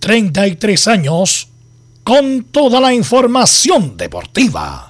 33 años con toda la información deportiva.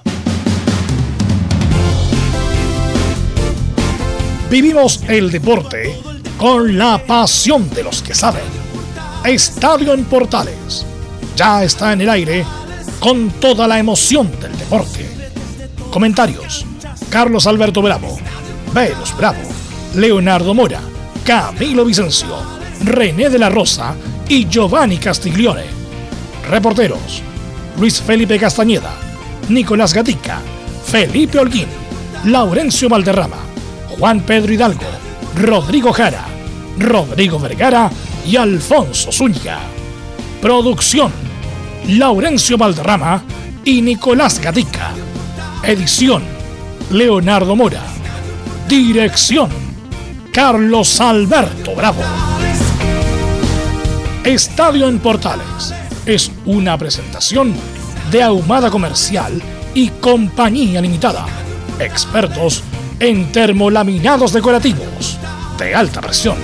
Vivimos el deporte con la pasión de los que saben. Estadio en Portales ya está en el aire con toda la emoción del deporte. Comentarios: Carlos Alberto Bravo, Venus Bravo, Leonardo Mora, Camilo Vicencio, René de la Rosa y Giovanni Castiglione. Reporteros: Luis Felipe Castañeda, Nicolás Gatica, Felipe Holguín, Laurencio Valderrama, Juan Pedro Hidalgo, Rodrigo Jara, Rodrigo Vergara y Alfonso Zúñiga. Producción: Laurencio Valderrama y Nicolás Gatica. Edición: Leonardo Mora. Dirección: Carlos Alberto Bravo. Estadio en Portales es una presentación de Ahumada Comercial y Compañía Limitada, expertos en termolaminados decorativos de alta presión.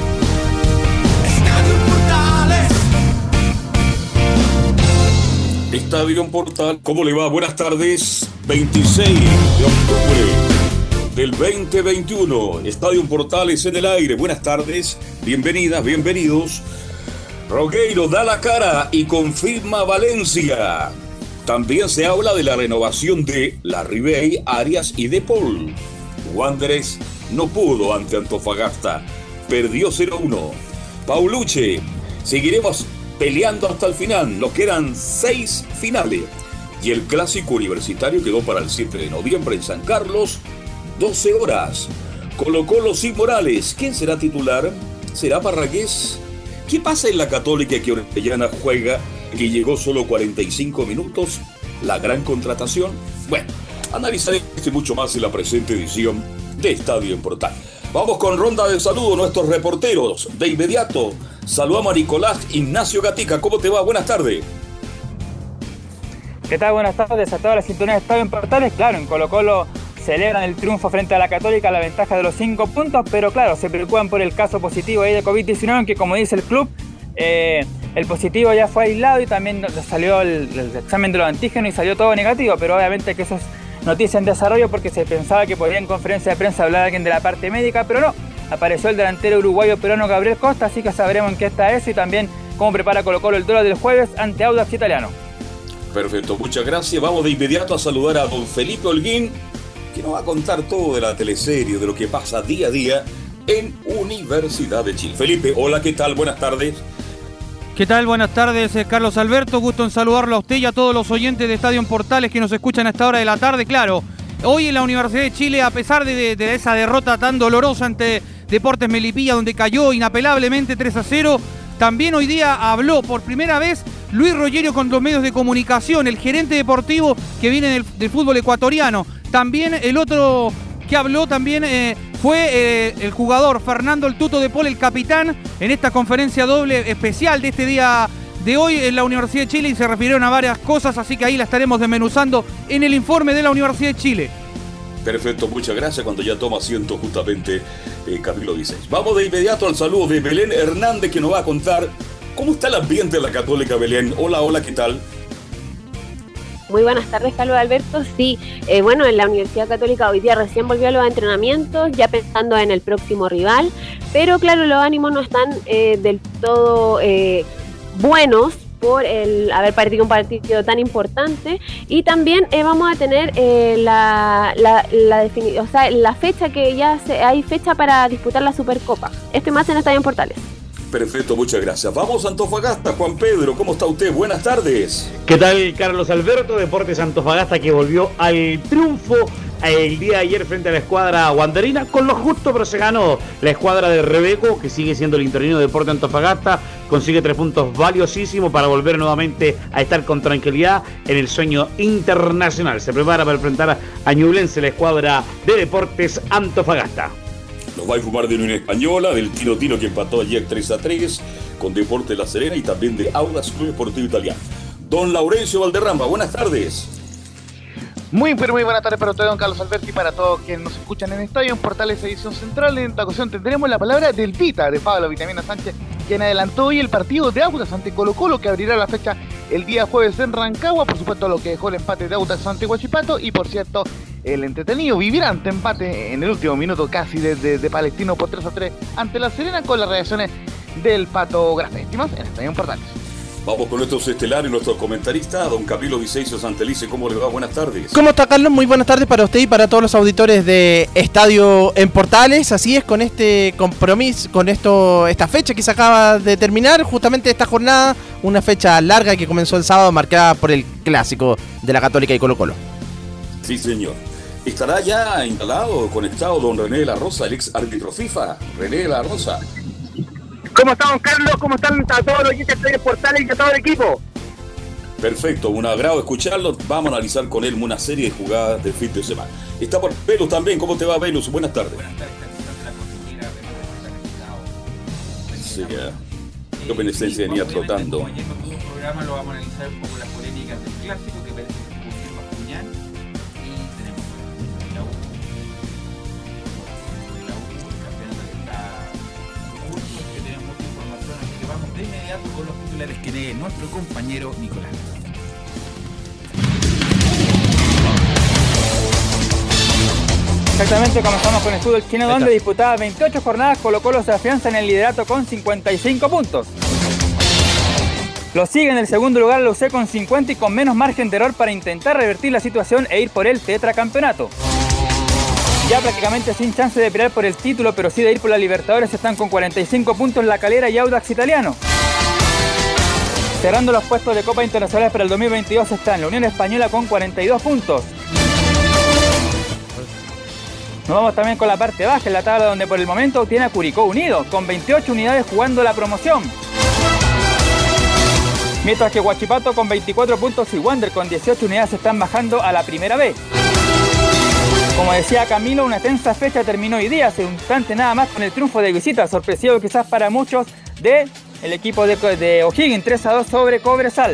Estadio en Portal, ¿cómo le va? Buenas tardes. 26 de octubre del 2021. Estadio en Portales en el aire. Buenas tardes, bienvenidas, bienvenidos. Rogueiro da la cara y confirma Valencia. También se habla de la renovación de Larribey, Arias y De Paul. Wanderers no pudo ante Antofagasta, perdió 0-1. Paulucci: seguiremos peleando hasta el final. Nos quedan 6 finales. Y el clásico universitario quedó para el 7 de noviembre en San Carlos, 12 horas. Colo-Colo sin Morales. ¿Quién será titular? ¿Será Parragués? ¿Qué pasa en la Católica que Orellana juega, que llegó solo 45 minutos? ¿La gran contratación? Bueno, analizaré esto y mucho más en la presente edición de Estadio en Portal. Vamos con ronda de saludos, nuestros reporteros. De inmediato, saludamos a Nicolás Ignacio Gatica. ¿Cómo te va? Buenas tardes. ¿Qué tal? Buenas tardes a todas las sintonías de Estadio en Portales. Claro, en Colo-Colo celebran el triunfo frente a la Católica, la ventaja de los 5 puntos, pero claro, se preocupan por el caso positivo ahí de COVID-19, que como dice el club, el positivo ya fue aislado y también salió el examen de los antígenos y salió todo negativo, pero obviamente que eso es noticia en desarrollo porque se pensaba que podría en conferencia de prensa hablar alguien de la parte médica, pero no, apareció el delantero uruguayo peruano Gabriel Costa, así que sabremos en qué está eso y también cómo prepara Colo-Colo el duelo del jueves ante Audax Italiano. Perfecto, muchas gracias. Vamos de inmediato a saludar a don Felipe Holguín, que nos va a contar todo de la teleserie, de lo que pasa día a día en Universidad de Chile. Felipe, hola, ¿qué tal? Buenas tardes. ¿Qué tal? Buenas tardes, Carlos Alberto. Gusto en saludarlo a usted y a todos los oyentes de Estadio en Portales que nos escuchan a esta hora de la tarde. Claro, hoy en la Universidad de Chile, a pesar de esa derrota tan dolorosa ante Deportes Melipilla, donde cayó inapelablemente 3-0, también hoy día habló por primera vez Luis Rogerio con los medios de comunicación, el gerente deportivo que viene del fútbol ecuatoriano. También el otro que habló también fue el jugador Fernando El Tuto de Paul, el capitán, en esta conferencia doble especial de este día de hoy en la Universidad de Chile, y se refirieron a varias cosas, así que ahí la estaremos desmenuzando en el informe de la Universidad de Chile. Perfecto, muchas gracias. Cuando ya toma asiento justamente Camilo Vicens. Vamos de inmediato al saludo de Belén Hernández, que nos va a contar cómo está el ambiente de la Católica. Belén, hola, hola, ¿qué tal? Muy buenas tardes, Carlos Alberto. Sí, bueno, en la Universidad Católica hoy día recién volvió a los entrenamientos, ya pensando en el próximo rival, pero claro, los ánimos no están del todo buenos por el haber perdido un partido tan importante, y también vamos a tener la fecha que ya hay fecha para disputar la Supercopa. Esto y más en Estadio en Portales. Perfecto, muchas gracias. Vamos a Antofagasta. Juan Pedro, ¿cómo está usted? Buenas tardes. ¿Qué tal, Carlos Alberto? Deportes Antofagasta, que volvió al triunfo el día de ayer frente a la escuadra wanderina, con lo justo, pero se ganó. La escuadra de Rebeco, que sigue siendo el interino de Deportes Antofagasta, consigue 3 puntos valiosísimos para volver nuevamente a estar con tranquilidad en el sueño internacional. Se prepara para enfrentar a Ñublense, la escuadra de Deportes Antofagasta. Nos va a informar de Unión Española, del Tino que empató ayer 3-3 con Deportes La Serena, y también de Audax Club Deportivo Italiano. Don Laurencio Valderrama, buenas tardes. Muy buenas tardes para usted, don Carlos Alberto, y para todos quienes nos escuchan en Estadio en Portales Edición Central. En esta ocasión tendremos la palabra del Vita de Pablo Vitamina Sánchez, quien adelantó hoy el partido de Audax ante Colo-Colo, que abrirá la fecha el día jueves en Rancagua. Por supuesto, lo que dejó el empate de Audax ante Huachipato. Y por cierto, el entretenido vibrante empate en el último minuto casi de Palestino por 3-3 ante La Serena, con las reacciones del Pato Grafé. Estimados en Estadio Portales. Vamos con nuestros estelares y nuestros comentaristas. Don Camilo Vicencio Santelice, ¿cómo le va? Buenas tardes. ¿Cómo está, Carlos? Muy buenas tardes para usted y para todos los auditores de Estadio en Portales. Así es, con este compromiso, con esta fecha que se acaba de terminar, justamente esta jornada, una fecha larga que comenzó el sábado, marcada por el clásico de la Católica y Colo-Colo. Sí, señor. ¿Estará ya instalado, conectado don René de la Rosa, el ex árbitro FIFA? René de la Rosa. ¿Cómo estamos, Carlos? ¿Cómo están a todos los oyentes de Portales y a todo el equipo? Perfecto, un agrado escucharlo. Vamos a analizar con él una serie de jugadas del fin de semana. Está por Velus también. ¿Cómo te va, Velus? Buenas tardes. Buenas tardes. Sí, yo en esencia venía trotando. Como ayer no tuvo un programa, lo vamos a analizar un poco las polémicas del clásico, que parece que se puso Bascuñán. Y tenemos la U, el campeonato que está justo, que tenemos mucha información, así que vamos de inmediato con los titulares que lee nuestro compañero Nicolás. Exactamente, comenzamos con el fútbol chino, donde disputadas 28 jornadas, Colo-Colo se afianza en el liderato con 55 puntos. Lo sigue en el segundo lugar la UC con 50 y con menos margen de error para intentar revertir la situación e ir por el tetracampeonato. Ya prácticamente sin chance de pelear por el título, pero sí de ir por la Libertadores, están con 45 puntos La Calera y Audax Italiano. Cerrando los puestos de Copa Internacional para el 2022 están la Unión Española con 42 puntos. Nos vamos también con la parte baja en la tabla, donde por el momento tiene a Curicó Unido con 28 unidades jugando la promoción. Mientras que Huachipato con 24 puntos y Wander con 18 unidades están bajando a la primera B. Como decía Camilo, una tensa fecha terminó hoy día, hace un instante nada más, con el triunfo de visita, sorpresivo quizás para muchos, de el equipo de O'Higgins, 3-2 sobre Cobresal.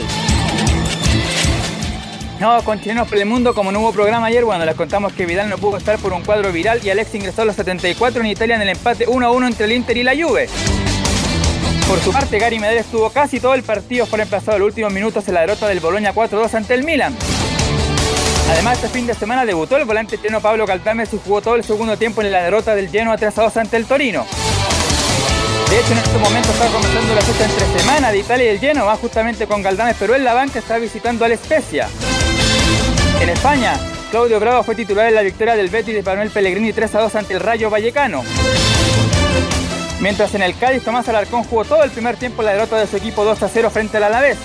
No, con chilenos por el mundo, como no hubo programa ayer, bueno, les contamos que Vidal no pudo estar por un cuadro viral y Alex ingresó a los 74 en Italia en el empate 1-1 entre el Inter y la Juve. Por su parte, Gary Medel estuvo casi todo el partido, fue reemplazado en los últimos minutos en la derrota del Bologna 4-2 ante el Milan. Además, este fin de semana debutó el volante chileno Pablo Galdames y jugó todo el segundo tiempo en la derrota del Genoa 3-2 ante el Torino. De hecho, en este momento está comenzando la fecha entre semana de Italia y el Genoa, va justamente con Galdames, pero en la banca está visitando al Spezia. En España, Claudio Bravo fue titular en la victoria del Betis de Manuel Pellegrini 3-2 ante el Rayo Vallecano. Mientras en el Cádiz, Tomás Alarcón jugó todo el primer tiempo en la derrota de su equipo 2-0 frente al Alavés.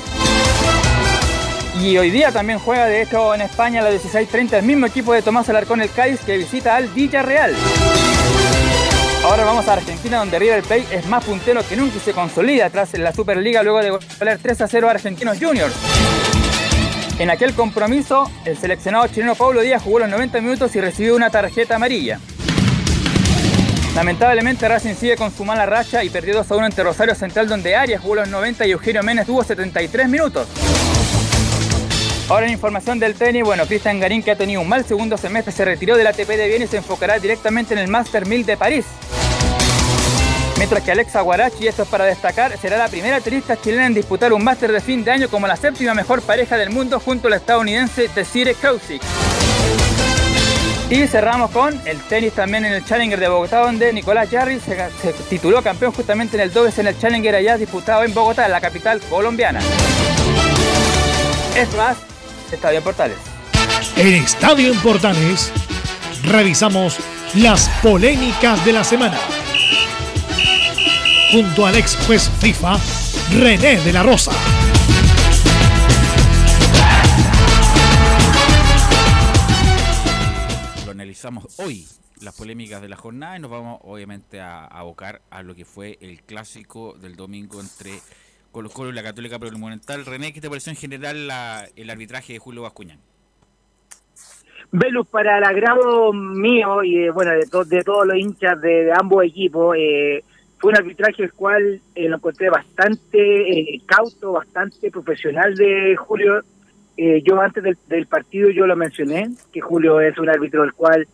Y hoy día también juega, de hecho, en España a las 16:30 el mismo equipo de Tomás Alarcón, el Cádiz, que visita al Villarreal. Ahora vamos a Argentina, donde River Plate es más puntero que nunca y se consolida tras la Superliga luego de golear 3-0 a Argentinos Juniors. En aquel compromiso, el seleccionado chileno Paulo Díaz jugó los 90 minutos y recibió una tarjeta amarilla. Lamentablemente, Racing sigue con su mala racha y perdió 2-1 ante Rosario Central, donde Arias jugó los 90 y Eugenio Méndez tuvo 73 minutos. Ahora en información del tenis, bueno, Cristian Garín, que ha tenido un mal segundo semestre, se retiró del ATP de Viena y se enfocará directamente en el Master 1000 de París. Mientras que Alexa Guarachi, y esto es para destacar, será la primera tenista chilena en disputar un máster de fin de año como la séptima mejor pareja del mundo junto a la estadounidense Desiree Krausic. Y cerramos con el tenis también en el Challenger de Bogotá, donde Nicolás Jarry se tituló campeón justamente en el dobles en el Challenger allá disputado en Bogotá, la capital colombiana. Es más, Estadio en Portales. En Estadio en Portales revisamos las polémicas de la semana, junto al ex juez FIFA, René de la Rosa. Lo analizamos hoy, las polémicas de la jornada, y nos vamos obviamente a abocar a lo que fue el clásico del domingo entre Colo-Colo y la Católica por el Monumental. René, ¿qué te pareció en general el arbitraje de Julio Bascuñán? Velus, para el agrado mío y de todos los hinchas de ambos equipos, fue un arbitraje el cual lo encontré bastante cauto, bastante profesional de Julio. Yo antes del partido yo lo mencioné, que Julio es un árbitro el cual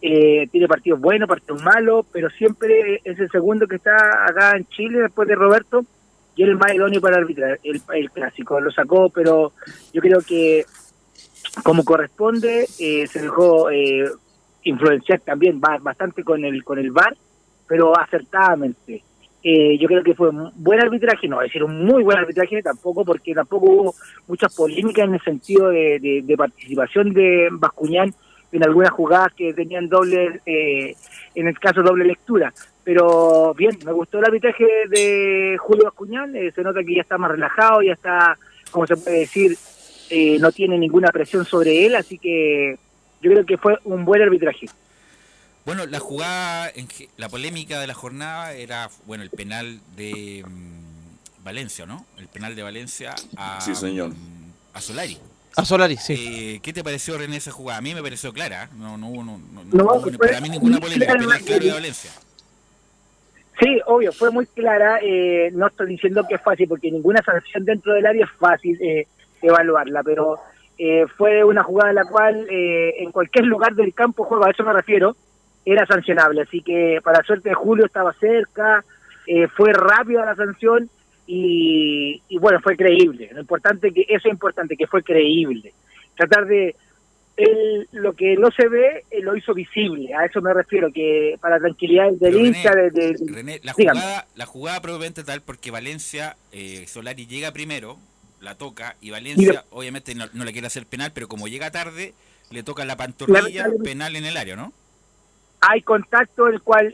tiene partidos buenos, partidos malos, pero siempre es el segundo que está acá en Chile después de Roberto, y él es el más idóneo para arbitrar el clásico. Lo sacó, pero yo creo que como corresponde, se dejó influenciar también bastante con el VAR, pero acertadamente. Yo creo que fue un buen arbitraje, no, es decir, un muy buen arbitraje tampoco, porque tampoco hubo muchas polémicas en el sentido de participación de Bascuñán en algunas jugadas que tenían doble, en el caso doble lectura. Pero bien, me gustó el arbitraje de Julio Bascuñán, se nota que ya está más relajado, ya está, como se puede decir, no tiene ninguna presión sobre él, así que yo creo que fue un buen arbitraje. Bueno, la jugada, la polémica de la jornada era, bueno, el penal de Valencia, ¿no? El penal de Valencia sí, señor. A Solari. A Solari, sí. ¿Qué te pareció, René, esa jugada? A mí me pareció clara, no hubo para mí ninguna polémica, el penal claro de Valencia. Sí, obvio, fue muy clara, no estoy diciendo que es fácil, porque ninguna sanción dentro del área es fácil evaluarla, pero fue una jugada en la cual en cualquier lugar del campo de juego, a eso me refiero, era sancionable, así que para suerte de Julio estaba cerca, fue rápida la sanción y bueno, fue creíble. Eso es importante, que fue creíble. Tratar de lo que no se ve lo hizo visible, a eso me refiero, que para tranquilidad del hincha René, la jugada probablemente tal, porque Valencia, Solari llega primero, la toca, y Valencia obviamente no le quiere hacer penal, pero como llega tarde, le toca la pantorrilla, penal en el área, ¿no? Hay contacto, el cual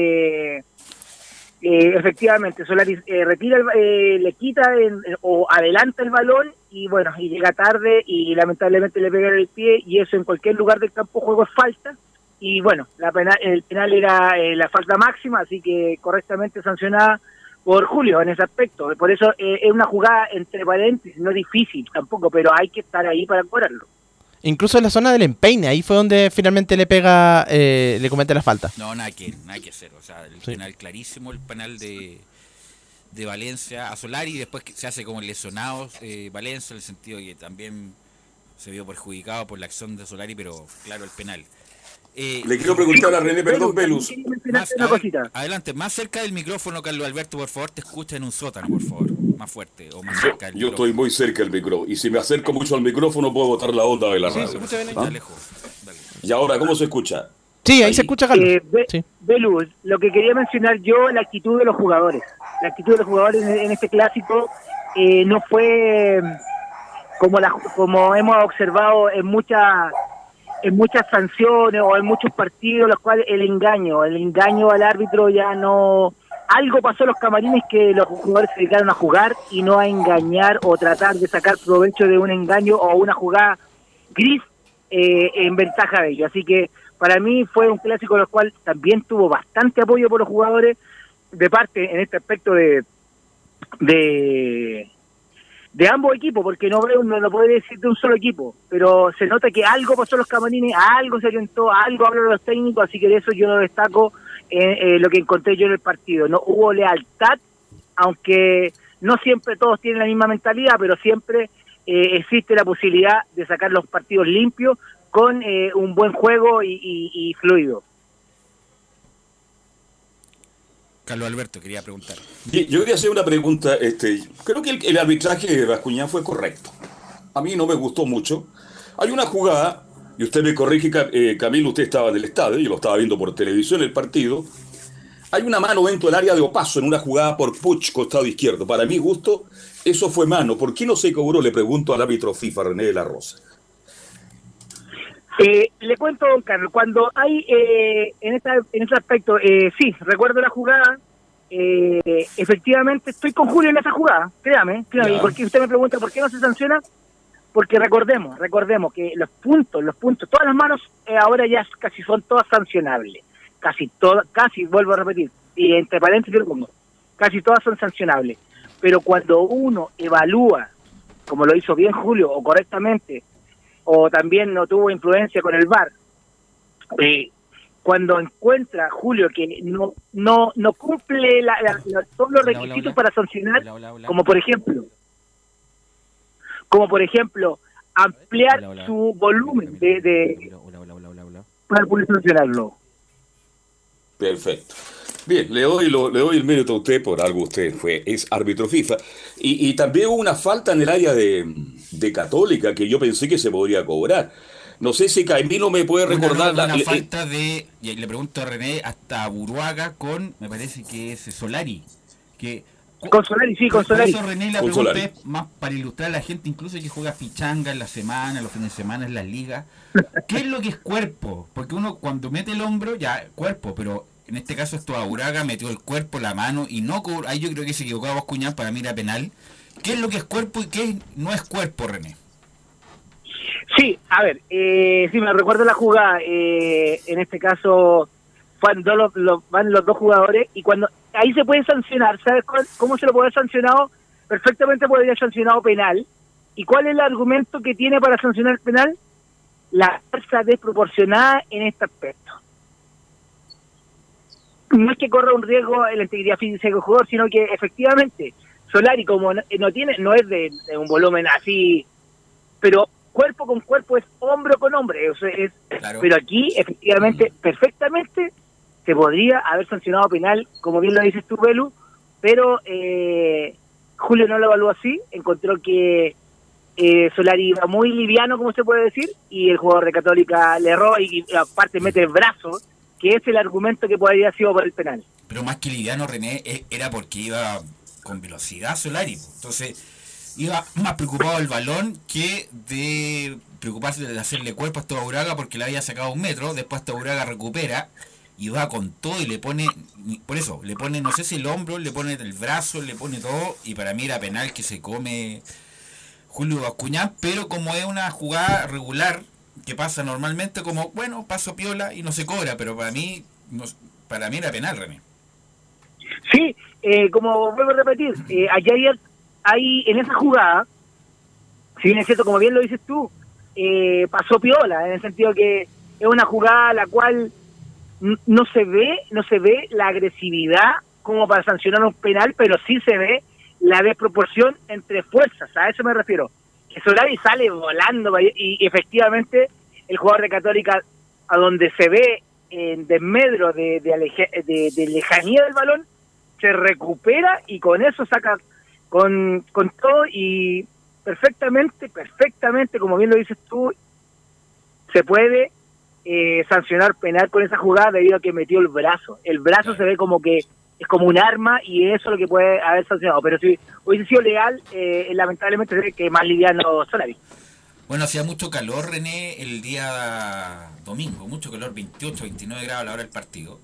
efectivamente Solari retira, le quita o adelanta el balón y bueno, y llega tarde y lamentablemente le pega en el pie, y eso en cualquier lugar del campo de juego es falta, y bueno, el penal era la falta máxima, así que correctamente sancionada por Julio en ese aspecto. Por eso es una jugada entre paréntesis, no difícil tampoco, pero hay que estar ahí para cobrarlo. Incluso en la zona del empeine, ahí fue donde finalmente le pega, le comete la falta. No, nada que hacer, o sea, el penal clarísimo, el penal de Valencia a Solari, y después se hace como lesionados Valencia, en el sentido de que también se vio perjudicado por la acción de Solari, pero claro, el penal. Le quiero preguntar a René, perdón, Pelus. Adelante, más cerca del micrófono, Carlos Alberto, por favor, te escucha en un sótano, por favor, más fuerte o más cerca del Yo estoy muy cerca del micrófono, y si me acerco mucho al micrófono puedo botar la onda de la radio. Se escucha bien ahí. Lejos. Dale. Y ahora, ¿cómo se escucha? Sí, ahí se escucha, Carlos. Belus, lo que quería mencionar yo, la actitud de los jugadores. La actitud de los jugadores en este clásico no fue como hemos observado en muchas sanciones o en muchos partidos, los cuales el engaño al árbitro ya no... Algo pasó en los camarines que los jugadores se dedicaron a jugar y no a engañar o tratar de sacar provecho de un engaño o una jugada gris en ventaja de ellos. Así que para mí fue un clásico en el cual también tuvo bastante apoyo por los jugadores de parte en este aspecto de ambos equipos, porque no lo puedo decir de un solo equipo, pero se nota que algo pasó en los camarines, algo se orientó, algo hablaron los técnicos, así que de eso yo lo destaco lo que encontré yo en el partido. No hubo lealtad, aunque no siempre todos tienen la misma mentalidad, pero siempre existe la posibilidad de sacar los partidos limpios con un buen juego y fluido. Carlos Alberto, quería preguntar. Yo quería hacer una pregunta. Creo que el arbitraje de Bascuñán fue correcto. A mí no me gustó mucho. Hay una jugada, y usted me corrige, Camilo, usted estaba en el estadio, yo lo estaba viendo por televisión el partido. Hay una mano dentro del área de Opaso en una jugada por Puch, costado izquierdo. Para mi gusto, eso fue mano. ¿Por qué no se cobró? Le pregunto al árbitro FIFA, René de la Rosa. Le cuento, don Carlos, cuando hay en ese aspecto, sí, recuerdo la jugada, efectivamente estoy con Julio en esa jugada, créame, porque usted me pregunta por qué no se sanciona, porque recordemos que los puntos, todas las manos ahora ya casi son todas sancionables, casi, vuelvo a repetir, y entre paréntesis lo pongo, casi todas son sancionables, pero cuando uno evalúa, como lo hizo bien Julio, o correctamente, o también no tuvo influencia con el VAR, cuando encuentra Julio que no cumple todos los requisitos para sancionar, como por ejemplo ampliar su volumen para poder solucionarlo. Perfecto. Bien, le doy el mérito a usted, por algo usted es árbitro FIFA. Y también hubo una falta en el área de Católica que yo pensé que se podría cobrar. No sé si Caimino me puede recordar. Una falta de, y le pregunto a René, hasta Buruaga con, me parece que es Solari. Con Solari, sí, con Solari. Por eso, René, la pregunta es más para ilustrar a la gente, incluso que juega pichanga en la semana, los fines de semana, en las ligas. ¿Qué es lo que es cuerpo? Porque uno cuando mete el hombro, ya, cuerpo, pero en este caso esto a Buruaga metió el cuerpo, la mano, y no cobró. Ahí yo creo que se equivocó a Bascuñán, para mí era penal. ¿Qué es lo que es cuerpo y qué no es cuerpo, René? Sí, a ver, sí, me recuerdo la jugada, en este caso cuando van los dos jugadores, y cuando ahí se puede sancionar. ¿Sabes cómo se lo puede haber sancionado? Perfectamente podría haber sancionado penal. ¿Y cuál es el argumento que tiene para sancionar penal? La fuerza desproporcionada en este aspecto. No es que corra un riesgo en la integridad física del jugador, sino que efectivamente Solari, como no es de un volumen así, pero cuerpo con cuerpo es hombro con hombre, o sea, claro. Pero aquí efectivamente, perfectamente se podría haber sancionado penal, como bien lo dices tú, Belu, pero Julio no lo evaluó así, encontró que Solari iba muy liviano, como se puede decir, y el jugador de Católica le erró y aparte mete el brazo, que es el argumento que podría haber sido por el penal. Pero más que liviano, René, era porque iba con velocidad Solari, entonces iba más preocupado del balón que de preocuparse de hacerle cuerpo a Uraga, porque le había sacado 1 metro, después Uraga recupera y va con todo y le pone, por eso, le pone, no sé si el hombro, le pone el brazo, le pone todo, y para mí era penal que se come Julio Bascuñán, pero como es una jugada regular que pasa normalmente, como, bueno, paso piola y no se cobra, pero para mí era penal, René. Sí, como vuelvo a repetir, ayer ahí en esa jugada, si bien es cierto, como bien lo dices tú, pasó piola, en el sentido que es una jugada la cual no se ve la agresividad como para sancionar un penal, pero sí se ve la desproporción entre fuerzas, a eso me refiero. Que Solari sale volando y efectivamente el jugador de Católica, a donde se ve en desmedro de lejanía del balón, se recupera y con eso saca con todo, y perfectamente, como bien lo dices tú, se puede sancionar penal con esa jugada debido a que metió el brazo. El brazo se ve como que es como un arma y eso es lo que puede haber sancionado. Pero si hubiese sido legal, lamentablemente se ve que más liviano Solari. Bueno, hacía mucho calor, René, el día domingo, mucho calor, 28, 29 grados a la hora del partido.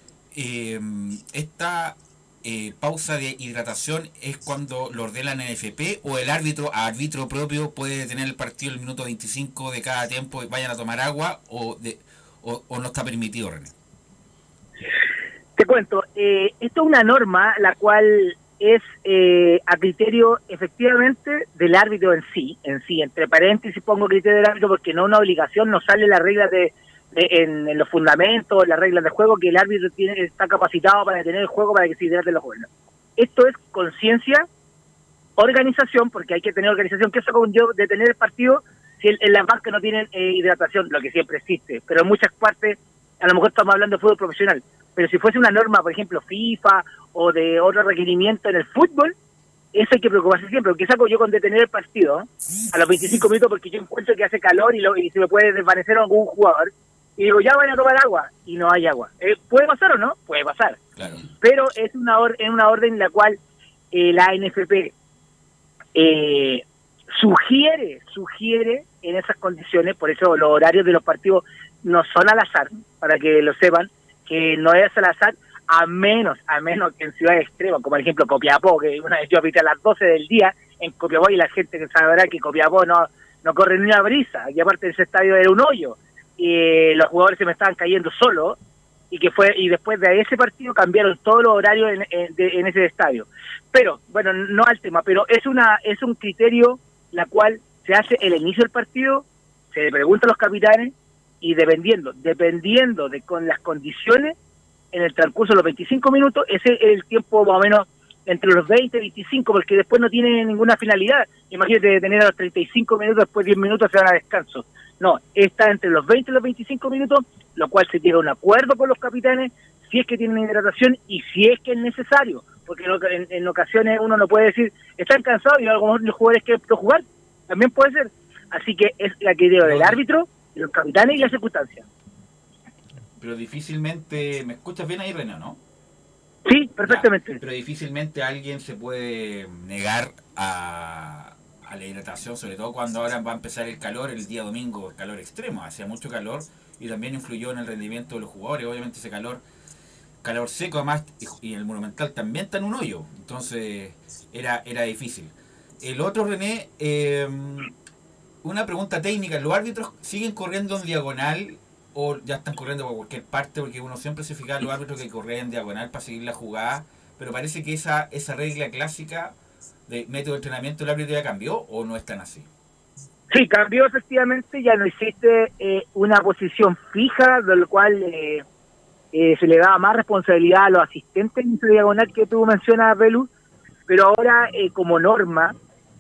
Esta pausa de hidratación es cuando lo ordena la NFP, o el árbitro propio puede detener el partido el minuto 25 de cada tiempo y vayan a tomar agua, o no está permitido, René. Te cuento, esto es una norma la cual es a criterio efectivamente del árbitro en sí, entre paréntesis pongo criterio del árbitro porque no es una obligación, no sale la regla en los fundamentos, las reglas de juego, que el árbitro está capacitado para detener el juego para que se hidraten los jugadores. Esto es conciencia, organización, porque hay que tener organización. ¿Qué saco yo de detener el partido si en las bancas no tienen hidratación? Lo que siempre existe, pero en muchas partes, a lo mejor estamos hablando de fútbol profesional, pero si fuese una norma, por ejemplo, FIFA o de otro requerimiento en el fútbol, eso hay que preocuparse siempre. ¿Qué saco yo con detener el partido a los 25 minutos porque yo encuentro que hace calor y se me puede desvanecer algún jugador? Y digo, ya van a tomar agua, y no hay agua. ¿Puede pasar o no? Puede pasar. Claro. Pero es una orden en la cual la NFP sugiere en esas condiciones, por eso los horarios de los partidos no son al azar, para que lo sepan, que no es al azar, a menos que en ciudades extremas, como por ejemplo Copiapó, que una vez yo habité a las 12 del día en Copiapó, y la gente que sabrá que Copiapó no corre ni una brisa, y aparte ese estadio era un hoyo, y los jugadores se me estaban cayendo solos, y después de ese partido cambiaron todos los horarios en ese estadio. Pero bueno, no al tema, pero es un criterio la cual se hace el inicio del partido, se le pregunta a los capitanes, y dependiendo de con las condiciones en el transcurso de los 25 minutos, ese es el tiempo más o menos entre los 20 y 25, porque después no tiene ninguna finalidad. Imagínate tener a los 35 minutos, después 10 minutos se van a descanso. No, está entre los 20 y los 25 minutos, lo cual se llega a un acuerdo con los capitanes, si es que tienen hidratación y si es que es necesario, porque en ocasiones uno no puede decir, están cansados y algunos los jugadores quieren jugar, también puede ser. Así que es la criterio del árbitro, de los capitanes y la circunstancia. Pero difícilmente, ¿me escuchas bien ahí, René, no? Sí, perfectamente. Ya, pero difícilmente alguien se puede negar a la hidratación, sobre todo cuando ahora va a empezar el calor, el día domingo, el calor extremo, hacía mucho calor y también influyó en el rendimiento de los jugadores. Obviamente ese calor seco además, y el Monumental también está en un hoyo, entonces era difícil. El otro, René, una pregunta técnica, ¿los árbitros siguen corriendo en diagonal o ya están corriendo por cualquier parte? Porque uno siempre se fija en los árbitros que corren en diagonal para seguir la jugada, pero parece que esa regla clásica de método de entrenamiento del árbitro ya cambió, ¿o no es tan así? Sí, cambió efectivamente, ya no existe una posición fija, del cual se le daba más responsabilidad a los asistentes en esa diagonal que tú mencionas, Belu, pero ahora como norma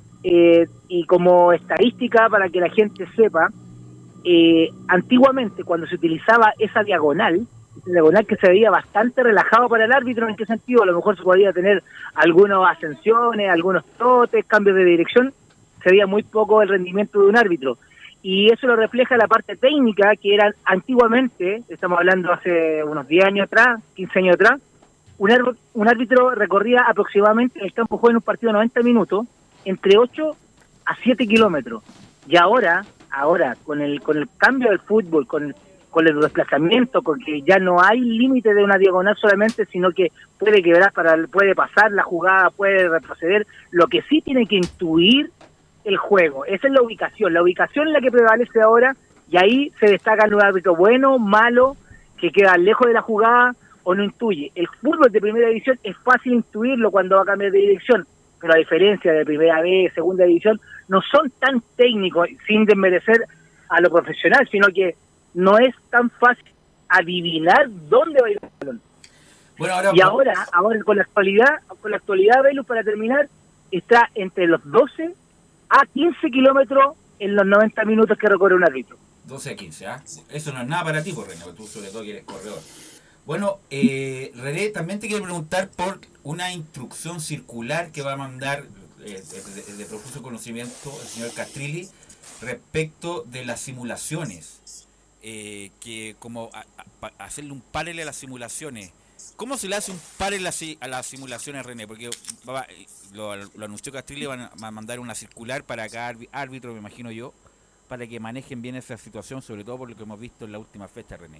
y como estadística para que la gente sepa, antiguamente cuando se utilizaba esa diagonal que se veía bastante relajado para el árbitro. ¿En qué sentido? A lo mejor se podía tener algunas ascensiones, algunos trotes, cambios de dirección, se veía muy poco el rendimiento de un árbitro, y eso lo refleja la parte técnica, que era antiguamente, estamos hablando hace unos 10 años atrás, 15 años atrás, un árbitro recorría aproximadamente en el campo de juego en un partido de 90 minutos, entre 8 a 7 kilómetros, y ahora con el cambio del fútbol, con el desplazamiento, con que ya no hay límite de una diagonal solamente, sino que puede quebrar, puede pasar la jugada, puede retroceder, lo que sí tiene que intuir el juego, esa es la ubicación es la que prevalece ahora, y ahí se destaca un árbitro bueno, malo, que queda lejos de la jugada o no intuye. El fútbol de primera división es fácil intuirlo cuando va a cambiar de dirección, pero a diferencia de primera B, segunda división, no son tan técnicos, sin desmerecer a lo profesional, sino que no es tan fácil adivinar dónde va a ir el balón. Bueno, ahora con la actualidad, Velus, para terminar, está entre los 12 a 15 kilómetros en los 90 minutos que recorre un árbitro. 12 a 15, ¿ah? Eso no es nada para ti, René, porque tú sobre todo que eres corredor. Bueno, René, también te quiero preguntar por una instrucción circular que va a mandar de profuso conocimiento el señor Castrilli respecto de las simulaciones, que como hacerle un paralelo a las simulaciones. ¿Cómo se le hace un paralelo a las simulaciones, René? Porque lo anunció Castrilli, van a mandar una circular para cada árbitro, me imagino yo, para que manejen bien esa situación, sobre todo por lo que hemos visto en la última fecha, René.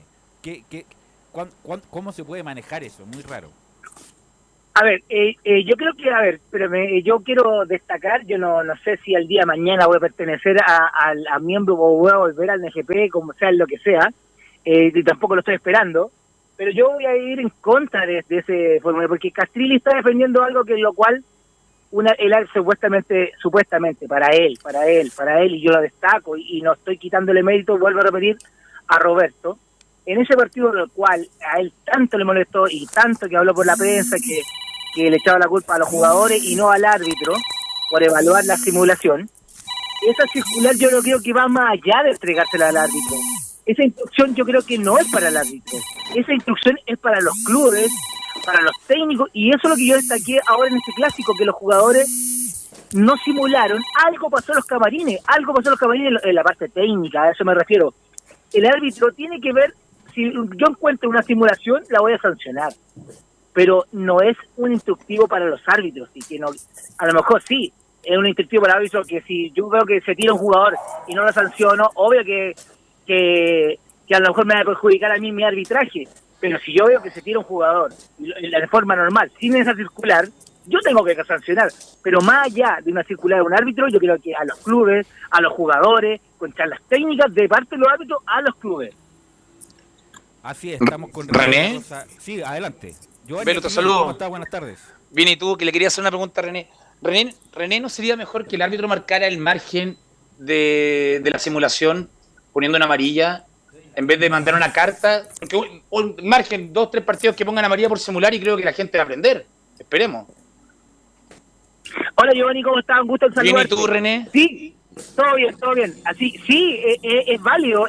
¿Cómo se puede manejar eso? Muy raro. A ver, yo creo que, yo quiero destacar, yo no sé si al día de mañana voy a pertenecer a miembro o voy a volver al NGP, como sea, lo que sea, y tampoco lo estoy esperando, pero yo voy a ir en contra de ese formulario, porque Castrilli está defendiendo algo que en lo cual él supuestamente para él, y yo lo destaco, y no estoy quitándole mérito, vuelvo a repetir, a Roberto, en ese partido en el cual a él tanto le molestó y tanto que habló por la prensa que le echaba la culpa a los jugadores y no al árbitro por evaluar la simulación, esa circular yo no creo que va más allá de entregársela al árbitro. Esa instrucción yo creo que no es para el árbitro, esa instrucción es para los clubes, para los técnicos, y eso es lo que yo destaqué ahora en este clásico, que los jugadores no simularon, algo pasó en los camarines en la parte técnica, a eso me refiero. El árbitro tiene que ver, si yo encuentro una simulación, la voy a sancionar, pero no es un instructivo para los árbitros, y que no, a lo mejor sí, es un instructivo para el árbitro, que si yo veo que se tira un jugador y no lo sanciono, obvio que a lo mejor me va a perjudicar a mí mi arbitraje, pero si yo veo que se tira un jugador de forma normal, sin esa circular, yo tengo que sancionar, pero más allá de una circular de un árbitro, yo creo que a los clubes, a los jugadores, con charlas técnicas de parte de los árbitros a los clubes. Así es, estamos con René. Sí, adelante. Belu, te saludo. ¿Cómo estás? Buenas tardes. Bien, y tú, que le quería hacer una pregunta a René. René, ¿no sería mejor que el árbitro marcara el margen de la simulación poniendo una amarilla en vez de mandar una carta? Porque un margen, 2-3 partidos que pongan amarilla por simular, y creo que la gente va a aprender. Esperemos. Hola Giovanni, ¿cómo estás? Un gusto en saludarte. Bien, ¿y tú, René? Sí, Todo bien, todo bien. Así, sí, es válido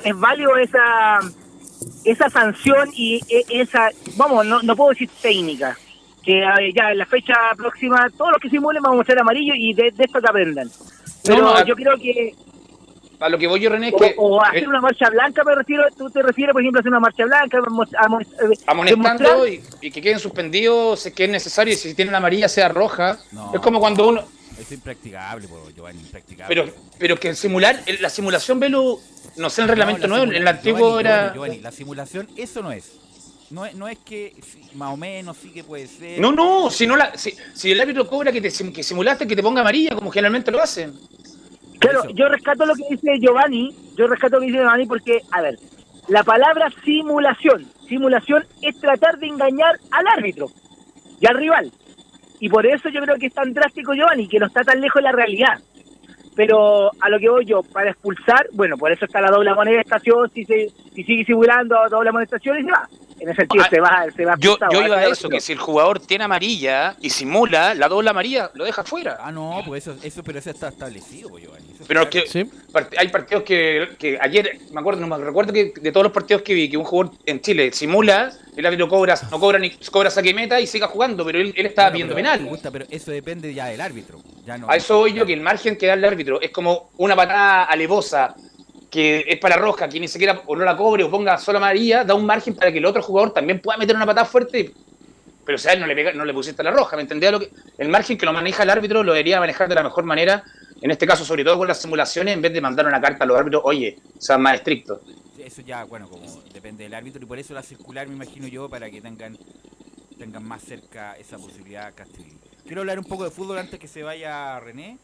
esa sanción y esa, vamos, no puedo decir técnica, que ya en la fecha próxima, todos los que simulen vamos a ser amarillos y de esto que aprendan. Pero yo creo que... A lo que voy yo, René, es que... O hacer una marcha blanca, tú te refieres, por ejemplo, a hacer una marcha blanca, amonestando y que queden suspendidos, si es necesario, y si tienen la amarilla sea roja. No, es como cuando uno... Es impracticable, Giovanni, impracticable. Pero que la simulación, Velo, no sé el reglamento nuevo, en el antiguo era... Giovanni, la simulación, eso no es. No es que más o menos sí que puede ser. No, si el árbitro cobra que simulaste, que te ponga amarilla, como generalmente lo hacen. Claro, yo rescato lo que dice Giovanni, porque, a ver, la palabra simulación es tratar de engañar al árbitro y al rival. Y por eso yo creo que es tan drástico Giovanni, que no está tan lejos de la realidad. Pero a lo que voy yo, para expulsar, bueno, por eso está la doble amonestación, si sigue simulando doble amonestación y se va. En ese sentido se va yo iba a eso, que si el jugador tiene amarilla y simula, la doble amarilla lo deja fuera. No, pues pero eso está establecido, Giovanni. Pero que ¿sí? Hay partidos que ayer, no me recuerdo que de todos los partidos que vi, que un jugador en Chile simula, el árbitro no cobra saque meta y siga jugando, pero él estaba pidiendo penal. Pero eso depende ya del árbitro. Ya no, a eso voy yo, que el margen que da el árbitro es como una patada alevosa, que es para roja, que ni siquiera o no la cobre o ponga solo amarilla, da un margen para que el otro jugador también pueda meter una patada fuerte, pero o sea, no le pusiste la roja, ¿me entendía? El margen que lo maneja el árbitro lo debería manejar de la mejor manera, en este caso sobre todo con las simulaciones, en vez de mandar una carta a los árbitros, oye, sean más estrictos. Eso ya, bueno, como depende del árbitro, y por eso la circular, me imagino yo, para que tengan más cerca esa posibilidad Castillo. Quiero hablar un poco de fútbol antes que se vaya René.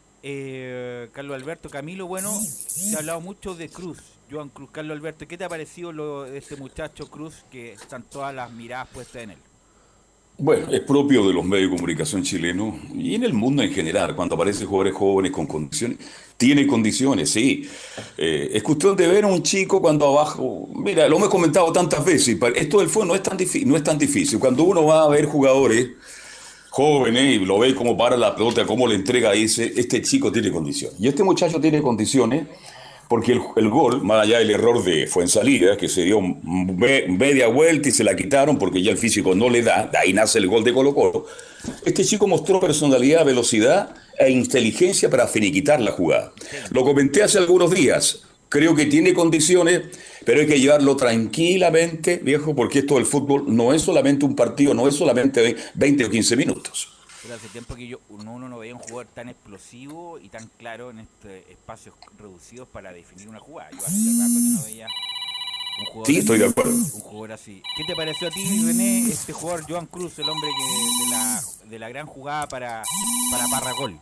Carlos Alberto, Camilo, bueno, se ha hablado mucho de Cruz, Joan Cruz. Carlos Alberto, ¿qué te ha parecido lo de este muchacho Cruz, que están todas las miradas puestas en él? Bueno, es propio de los medios de comunicación chilenos y en el mundo en general, cuando aparecen jugadores jóvenes con condiciones, tiene condiciones, sí. Es cuestión de ver a un chico cuando abajo, mira, lo hemos comentado tantas veces, esto del fútbol no es tan difícil. Cuando uno va a ver jugadores jóvenes y lo ve cómo para la pelota, cómo le entrega, y dice, este chico tiene condiciones. Y este muchacho tiene condiciones porque el gol, más allá del error de Fuenzalida, que se dio media vuelta y se la quitaron porque ya el físico no le da, de ahí nace el gol de Colo-Colo, este chico mostró personalidad, velocidad e inteligencia para finiquitar la jugada. Lo comenté hace algunos días. Creo que tiene condiciones, pero hay que llevarlo tranquilamente, viejo, porque esto del fútbol no es solamente un partido, no es solamente 20 o 15 minutos. Pero hace tiempo que uno no veía un jugador tan explosivo y tan claro en espacios reducidos para definir una jugada. Yo hace rato que no veía un jugador, sí, estoy de acuerdo. Un jugador así. ¿Qué te pareció a ti, René, este jugador Joan Cruz, el hombre que de la gran jugada para Parragol?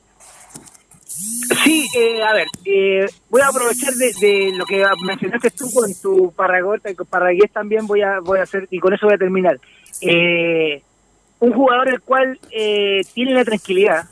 Sí, a ver, voy a aprovechar de lo que mencionaste tú con tu Parragués también voy a hacer, y con eso voy a terminar. Un jugador el cual tiene la tranquilidad.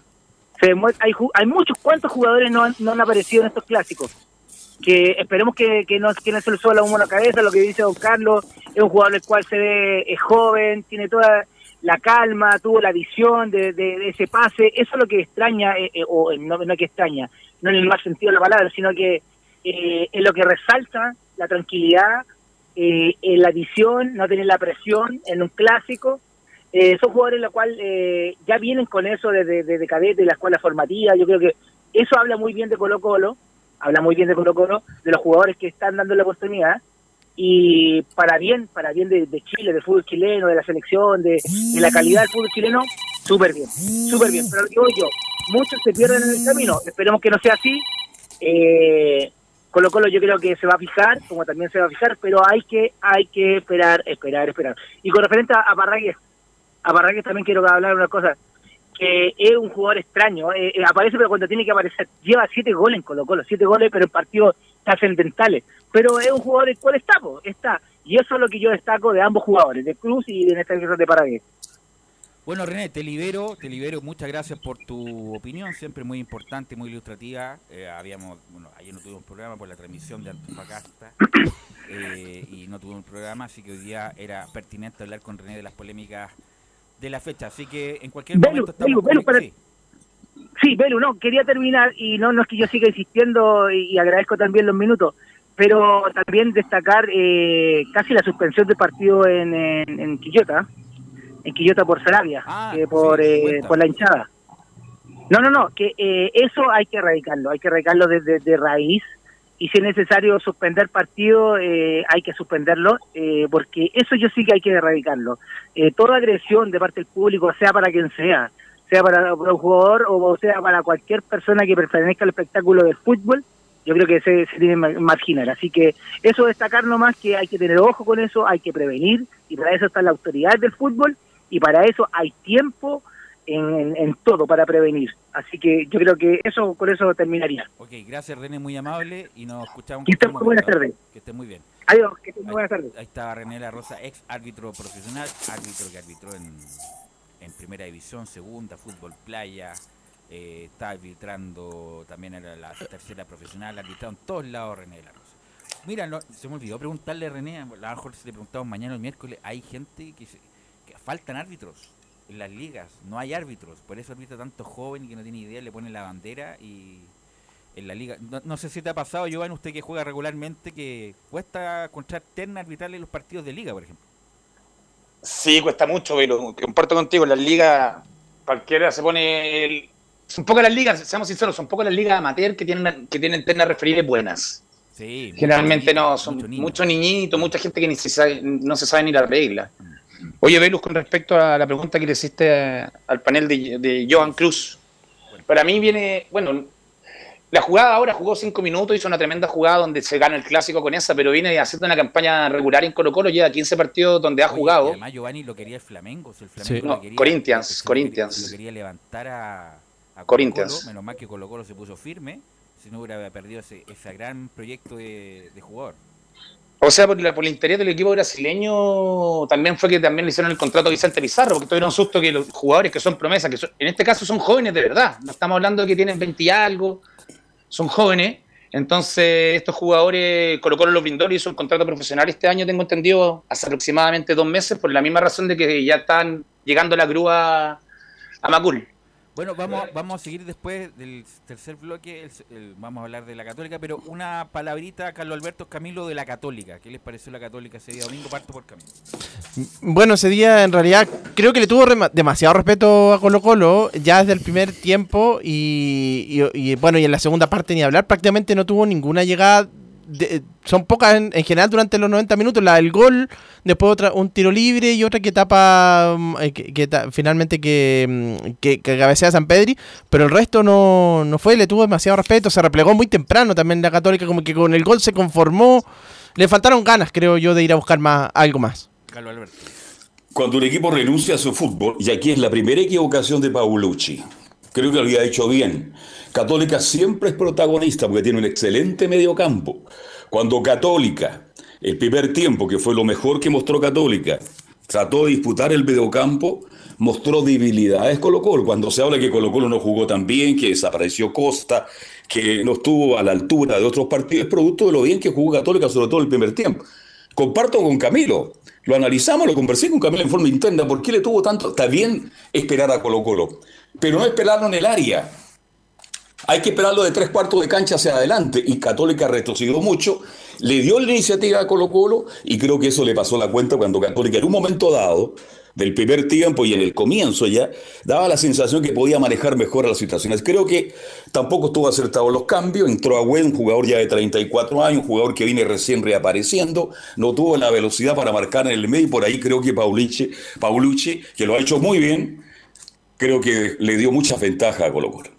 Hay muchos cuantos jugadores no han aparecido en estos clásicos, que esperemos que no se le suba la humo a la cabeza. Lo que dice don Carlos, es un jugador el cual se ve joven, tiene toda la calma, tuvo la visión de ese pase. Eso es lo que extraña, o no que extraña, no en el mal sentido de la palabra, sino que es lo que resalta la tranquilidad, en la visión, no tener la presión en un clásico. Son jugadores los cuales ya vienen con eso de cadete, de la escuela formativa. Yo creo que eso habla muy bien de Colo-Colo, de los jugadores que están dando la oportunidad. Y para bien de Chile, del fútbol chileno, de la selección, de la calidad del fútbol chileno, súper bien. Pero lo que voy yo, muchos se pierden en el camino, esperemos que no sea así. Colo-Colo yo creo que se va a fijar, como también se va a fijar, pero hay que esperar. Y con referente a Parragués también quiero hablar una cosa, que es un jugador extraño, aparece pero cuando tiene que aparecer, lleva 7 goles en Colo-Colo, 7 goles pero en partidos trascendentales. Pero es un jugador el cual está. Y eso es lo que yo destaco de ambos jugadores, de Cruz y en este caso de Parragués. Bueno, René, te libero. Muchas gracias por tu opinión, siempre muy importante, muy ilustrativa. Ayer no tuvimos programa por la transmisión de Antofagasta y no tuvimos programa, así que hoy día era pertinente hablar con René de las polémicas de la fecha. Así que en cualquier momento estamos... Sí, Belu, no, quería terminar, y no es que yo siga insistiendo, y agradezco también los minutos, pero también destacar casi la suspensión del partido en Quillota por Sarabia, por la hinchada. No, que eso hay que erradicarlo desde raíz, y si es necesario suspender partido, hay que suspenderlo, porque eso yo sí que hay que erradicarlo. Toda agresión de parte del público, sea para quien sea para un jugador o sea para cualquier persona que pertenezca al espectáculo del fútbol, yo creo que se tiene que marginar. Así que eso, destacar nomás que hay que tener ojo con eso, hay que prevenir, y para eso están las autoridades del fútbol, y para eso hay tiempo en todo para prevenir. Así que yo creo que eso, con eso terminaría. Ok, gracias René, muy amable, y nos escuchamos. Que esté muy buenas tardes. Que esté muy bien. Adiós, que esté muy buenas tardes. Ahí estaba René La Rosa, ex árbitro profesional, árbitro que arbitró en Primera División, Segunda, Fútbol Playa, está arbitrando también en la tercera profesional, arbitrado en todos lados René La Rosa. Mira, se me olvidó preguntarle a René, a lo mejor si le preguntamos mañana o el miércoles, hay gente que faltan árbitros en las ligas, no hay árbitros, por eso arbitra tanto joven y que no tiene idea, le ponen la bandera y en la liga. No sé si te ha pasado, Giovanni, usted que juega regularmente, que cuesta encontrar terna arbitrarle los partidos de liga, por ejemplo. Sí, cuesta mucho, pero comparto contigo, en las ligas cualquiera se pone... Son pocas las ligas, seamos sinceros, son pocas las ligas amateur que tienen ternas referibles buenas. Sí, generalmente no, son muchos niñitos, mucha gente que no se sabe ni la regla. Oye, Velus, con respecto a la pregunta que le hiciste al panel de Johan Cruz, para mí viene, la jugada ahora jugó 5 minutos, hizo una tremenda jugada donde se gana el clásico con esa, pero viene haciendo una campaña regular en Colo-Colo, lleva 15 partidos donde ha jugado. Además, Giovanni lo quería el Flamengo, si el Flamengo lo quería, Corinthians. Lo quería levantar a Corinthians. Menos mal que Colo-Colo se puso firme, si no hubiera perdido ese gran proyecto de jugador. O sea, por el interés del equipo brasileño también fue que también le hicieron el contrato a Vicente Pizarro, porque tuvieron susto que los jugadores que son promesas, en este caso son jóvenes de verdad, no estamos hablando de que tienen 20 y algo, son jóvenes. Entonces estos jugadores, Colo-Colo los brindó y hizo un contrato profesional este año, tengo entendido, hace aproximadamente 2 meses, por la misma razón de que ya están llegando la grúa a Macul. Bueno, vamos a seguir después del tercer bloque, vamos a hablar de la Católica, pero una palabrita, Carlos Alberto Camilo, de la Católica. ¿Qué les pareció la Católica ese día domingo? Parto por Camilo. Bueno, ese día en realidad creo que le tuvo demasiado respeto a Colo-Colo ya desde el primer tiempo y en la segunda parte ni hablar, prácticamente no tuvo ninguna llegada. Son pocas en general durante los 90 minutos, la del gol, después un tiro libre y otra que tapa finalmente que cabecea a San Pedri, pero el resto no fue, le tuvo demasiado respeto, se replegó muy temprano también la Católica, como que con el gol se conformó, le faltaron ganas, creo yo, de ir a buscar algo más. Carlos Alberto. Cuando un equipo renuncia a su fútbol, y aquí es la primera equivocación de Paulucci, creo que lo había hecho bien. Católica siempre es protagonista porque tiene un excelente mediocampo. Cuando Católica, el primer tiempo, que fue lo mejor que mostró Católica, trató de disputar el mediocampo, mostró debilidades Colo-Colo. Cuando se habla que Colo-Colo no jugó tan bien, que desapareció Costa, que no estuvo a la altura de otros partidos, es producto de lo bien que jugó Católica, sobre todo el primer tiempo. Comparto con Camilo, lo analizamos, lo conversé con Camilo en forma interna, ¿por qué le tuvo tanto? Está bien esperar a Colo-Colo, pero no esperarlo en el área. Hay que esperarlo de 3/4 de cancha hacia adelante, y Católica retrocedió mucho, le dio la iniciativa a Colo-Colo, y creo que eso le pasó la cuenta cuando Católica en un momento dado, del primer tiempo y en el comienzo ya, daba la sensación que podía manejar mejor las situaciones. Creo que tampoco estuvo acertado los cambios, entró Agüed, un jugador ya de 34 años, un jugador que viene recién reapareciendo, no tuvo la velocidad para marcar en el medio, y por ahí creo que Paulucci, que lo ha hecho muy bien, creo que le dio muchas ventajas a Colo-Colo.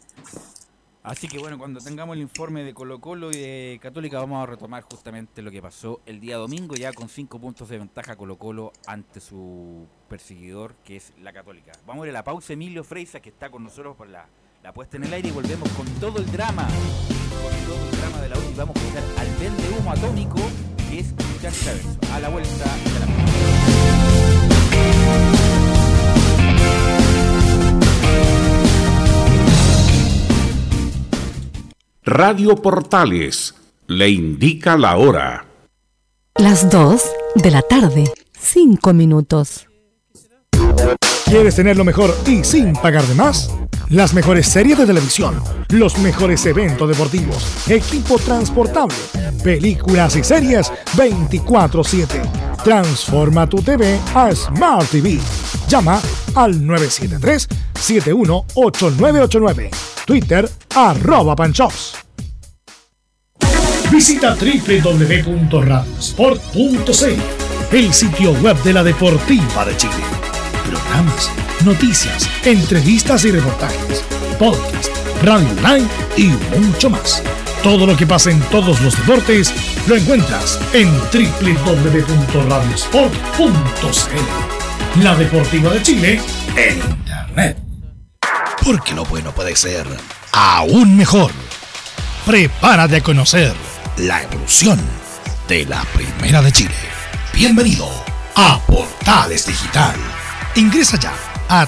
Así que bueno, cuando tengamos el informe de Colo-Colo y de Católica vamos a retomar justamente lo que pasó el día domingo, ya con 5 puntos de ventaja Colo-Colo ante su perseguidor, que es la Católica. Vamos a ir a la pausa. Emilio Freisa, que está con nosotros por la puesta en el aire, y volvemos con todo el drama de la U, y vamos a escuchar al vende humo atómico, que es Richard Traverso. A la vuelta de la pausa. Radio Portales le indica la hora. Las 2 de la tarde, 5 minutos. ¿Quieres tener lo mejor y sin pagar de más? Las mejores series de televisión, los mejores eventos deportivos, equipo transportable, películas y series 24/7. Transforma tu TV a Smart TV. Llama al 973-718989. Twitter @Panchops. Visita www.radiosport.cl, el sitio web de la Deportiva de Chile. Programas, noticias, entrevistas y reportajes, podcast, radio online y mucho más. Todo lo que pasa en todos los deportes lo encuentras en www.radiosport.cl. La Deportiva de Chile en Internet. Porque lo bueno puede ser aún mejor. Prepárate a conocer la evolución de la Primera de Chile. Bienvenido a Portales Digital. Ingresa ya a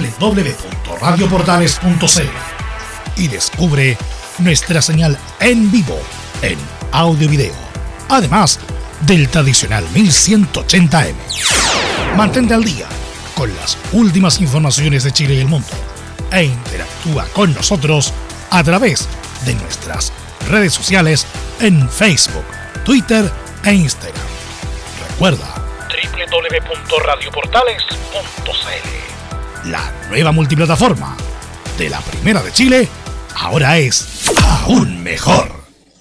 www.radioportales.cl y descubre nuestra señal en vivo en audio y video, además del tradicional 1180M. Mantente al día con las últimas informaciones de Chile y el mundo e interactúa con nosotros a través de nuestras redes sociales en Facebook, Twitter e Instagram. Recuerda www.radioportales.cl. La nueva multiplataforma de la Primera de Chile ahora es aún mejor.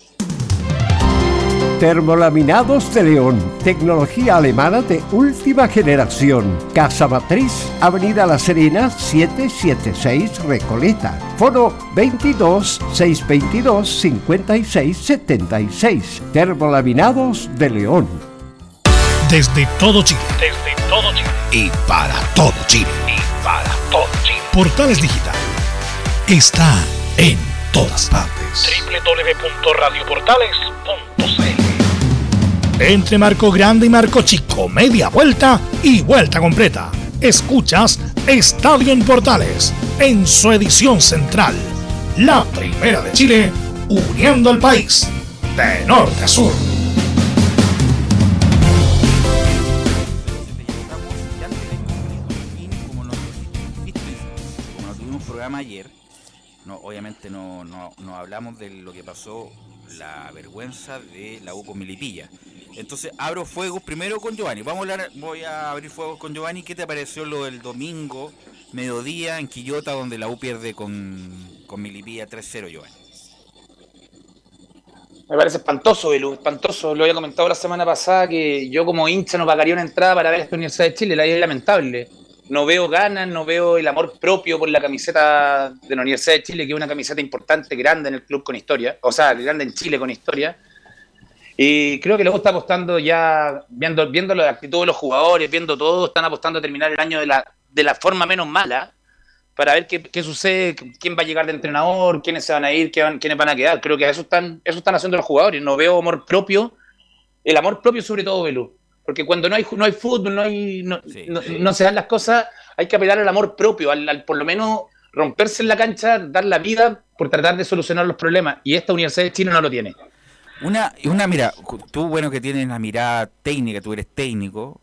Termolaminados de León, tecnología alemana de última generación. Casa Matriz, Avenida La Serena, 776 Recoleta. Foro 22 622 5676. Termolaminados de León. Desde todo Chile. Y para todo Chile. Portales Digital está en todas partes. www.radioportales.cl. Entre marco grande y marco chico, media vuelta y vuelta completa. Escuchas Estadio en Portales en su edición central. La Primera de Chile, uniendo al país de norte a sur. Ayer, obviamente no hablamos de lo que pasó, la vergüenza de la U con Melipilla. Entonces abro fuegos primero con Giovanni. Voy a abrir fuegos con Giovanni. ¿Qué te pareció lo del domingo, mediodía, en Quillota, donde la U pierde con Melipilla 3-0, Giovanni? Me parece espantoso, Belu, espantoso. Lo había comentado la semana pasada que yo como hincha no pagaría una entrada para ver esta Universidad de Chile. La idea es lamentable. No veo ganas, no veo el amor propio por la camiseta de la Universidad de Chile, que es una camiseta importante, grande en el club con historia, o sea, grande en Chile con historia. Y creo que luego está apostando ya, viendo la actitud de los jugadores, viendo todo, están apostando a terminar el año de la forma menos mala, para ver qué sucede, quién va a llegar de entrenador, quiénes se van a ir, quiénes van a quedar. Creo que eso están haciendo los jugadores. No veo amor propio, el amor propio sobre todo, Belú. Porque cuando no hay fútbol, no se dan las cosas, hay que apelar al amor propio, al por lo menos romperse en la cancha, dar la vida por tratar de solucionar los problemas. Y esta Universidad de Chile no lo tiene. Mira, tú, bueno, que tienes la mirada técnica, tú eres técnico.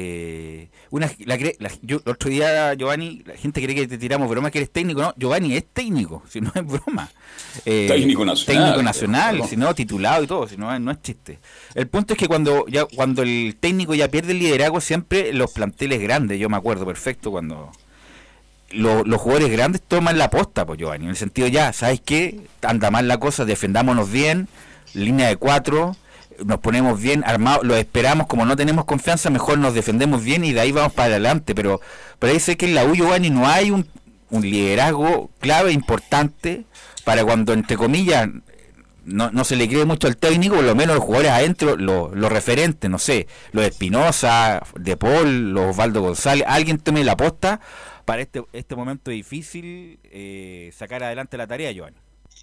Yo el otro día, Giovanni, la gente cree que te tiramos bromas que eres técnico. No, Giovanni es técnico, si no es broma. Técnico nacional. Técnico nacional, si no, titulado y todo, si no es chiste. El punto es que cuando el técnico ya pierde el liderazgo, siempre los planteles grandes, yo me acuerdo perfecto cuando los jugadores grandes toman la posta, pues, Giovanni, en el sentido, ya, ¿sabes qué? Anda mal la cosa, defendámonos bien, línea de 4, nos ponemos bien armados, lo esperamos, como no tenemos confianza, mejor nos defendemos bien y de ahí vamos para adelante. Pero parece que en la U, Giovanni, no hay un liderazgo clave, importante, para cuando, entre comillas, no se le cree mucho al técnico, por lo menos los jugadores adentro, los referentes, no sé, los Espinosa, De Paul, los Osvaldo González, alguien tome la posta para este momento difícil, sacar adelante la tarea, Giovanni.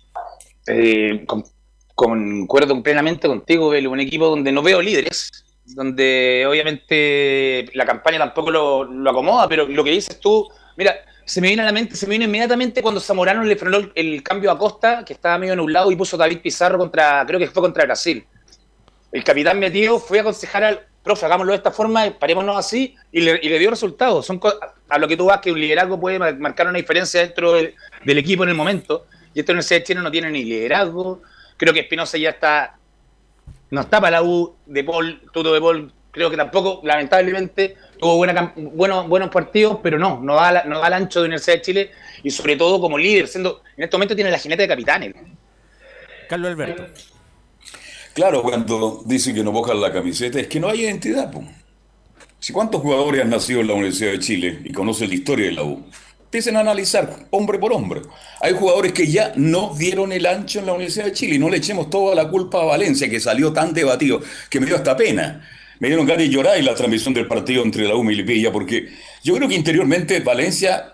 Concuerdo plenamente contigo, Belu, un equipo donde no veo líderes, donde obviamente la campaña tampoco lo acomoda, pero lo que dices tú, mira, se me viene inmediatamente cuando Zamorano le frenó el cambio a Costa, que estaba medio nublado, y puso David Pizarro creo que fue contra Brasil. El capitán metido fue a aconsejar al profe, hagámoslo de esta forma, parémonos así, y le dio resultados. A lo que tú vas, que un liderazgo puede marcar una diferencia dentro del equipo en el momento. Y esta Universidad de Chile no tiene ni liderazgo. Creo que Espinosa ya no está para la U. Tuto de Paul, creo que tampoco, lamentablemente, tuvo buenos partidos, pero no da al ancho de Universidad de Chile, y sobre todo como líder, en este momento tiene la jineta de capitanes. Carlos Alberto. Claro, cuando dicen que no bojan la camiseta, es que no hay identidad, po. Si cuántos jugadores han nacido en la Universidad de Chile y conocen la historia de la U, empiecen a analizar hombre por hombre. Hay jugadores que ya no dieron el ancho en la Universidad de Chile, y no le echemos toda la culpa a Valencia, que salió tan debatido, que me dio hasta pena. Me dieron ganas de llorar en la transmisión del partido entre la U y Melipilla, porque yo creo que interiormente Valencia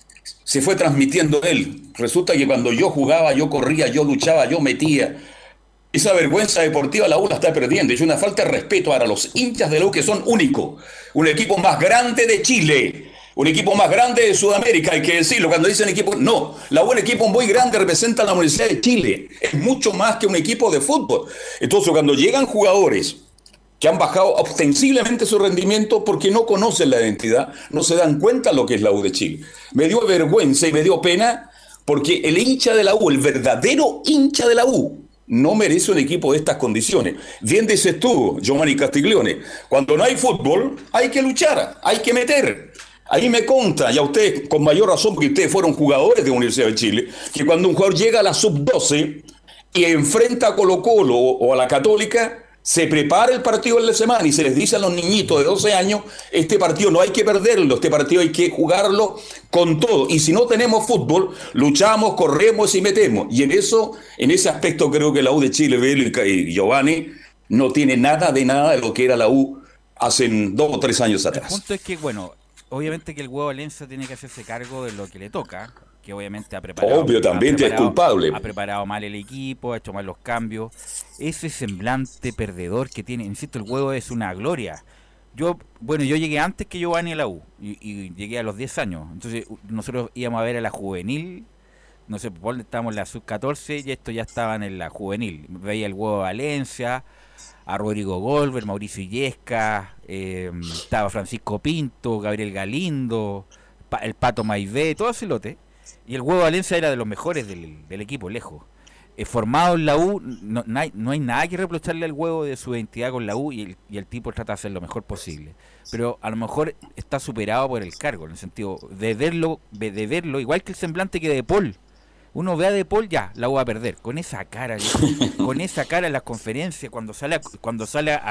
se fue transmitiendo él. Resulta que cuando yo jugaba, yo corría, yo luchaba, yo metía. Esa vergüenza deportiva la U la está perdiendo. Es una falta de respeto para los hinchas de la U, que son únicos. Un equipo más grande de Chile, un equipo más grande de Sudamérica, hay que decirlo. Cuando dicen equipo, no, la U es un equipo muy grande, representa a la Universidad de Chile. Es mucho más que un equipo de fútbol. Entonces, cuando llegan jugadores que han bajado ostensiblemente su rendimiento porque no conocen la identidad, no se dan cuenta lo que es la U de Chile. Me dio vergüenza y me dio pena, porque el hincha de la U, el verdadero hincha de la U, no merece un equipo de estas condiciones. Bien dices tú, Giovanni Castiglione, cuando no hay fútbol hay que luchar, hay que meter. Ahí me consta, y a ustedes con mayor razón, porque ustedes fueron jugadores de la Universidad de Chile, que cuando un jugador llega a la sub-12 y enfrenta a Colo-Colo o a la Católica, se prepara el partido en la semana y se les dice a los niñitos de 12 años, este partido no hay que perderlo, este partido hay que jugarlo con todo. Y si no tenemos fútbol, luchamos, corremos y metemos. Y en ese aspecto creo que la U de Chile, Velo y Giovanni, no tiene nada de lo que era la U hace 2 o 3 años atrás. El punto es que, bueno, obviamente que el Huevo Valencia tiene que hacerse cargo de lo que le toca, que obviamente ha preparado. Obvio, también es culpable. Ha preparado mal el equipo, ha hecho mal los cambios. Ese semblante perdedor que tiene, insisto, el Huevo es una gloria. Yo llegué antes que Giovanni a la U y llegué a los 10 años. Entonces nosotros íbamos a ver a la juvenil, no sé, por dónde estábamos en la sub-14 y esto ya estaban en la juvenil. Veía el Huevo Valencia, a Rodrigo Golver, Mauricio Illesca, estaba Francisco Pinto, Gabriel Galindo, el Pato Maivé, todo ese lote. Y el Huevo Valencia era de los mejores del equipo, lejos. Formado en la U, no hay nada que reprocharle al Huevo de su identidad con la U, y el tipo trata de hacer lo mejor posible. Pero a lo mejor está superado por el cargo, en el sentido de verlo, igual que el semblante que de Paul. Uno ve a De Paul, ya, la U va a perder. Con esa cara, con esa cara en las conferencias, cuando sale a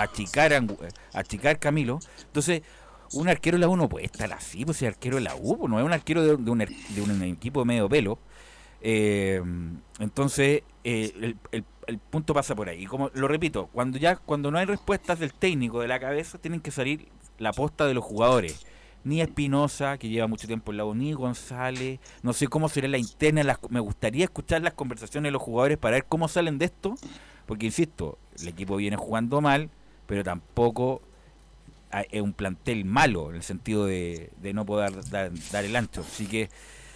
achicar Camilo. Entonces, un arquero de la U no puede estar así, pues, si es arquero de la U, pues, no es un arquero de un equipo de medio pelo. Entonces, el punto pasa por ahí. Y como lo repito, cuando no hay respuestas del técnico, de la cabeza, tienen que salir la posta de los jugadores. Ni Espinosa, que lleva mucho tiempo en la U, ni González. No sé cómo será la interna. Me gustaría escuchar las conversaciones de los jugadores para ver cómo salen de esto. Porque, insisto, el equipo viene jugando mal, pero tampoco es un plantel malo, en el sentido de no poder dar el ancho. Así que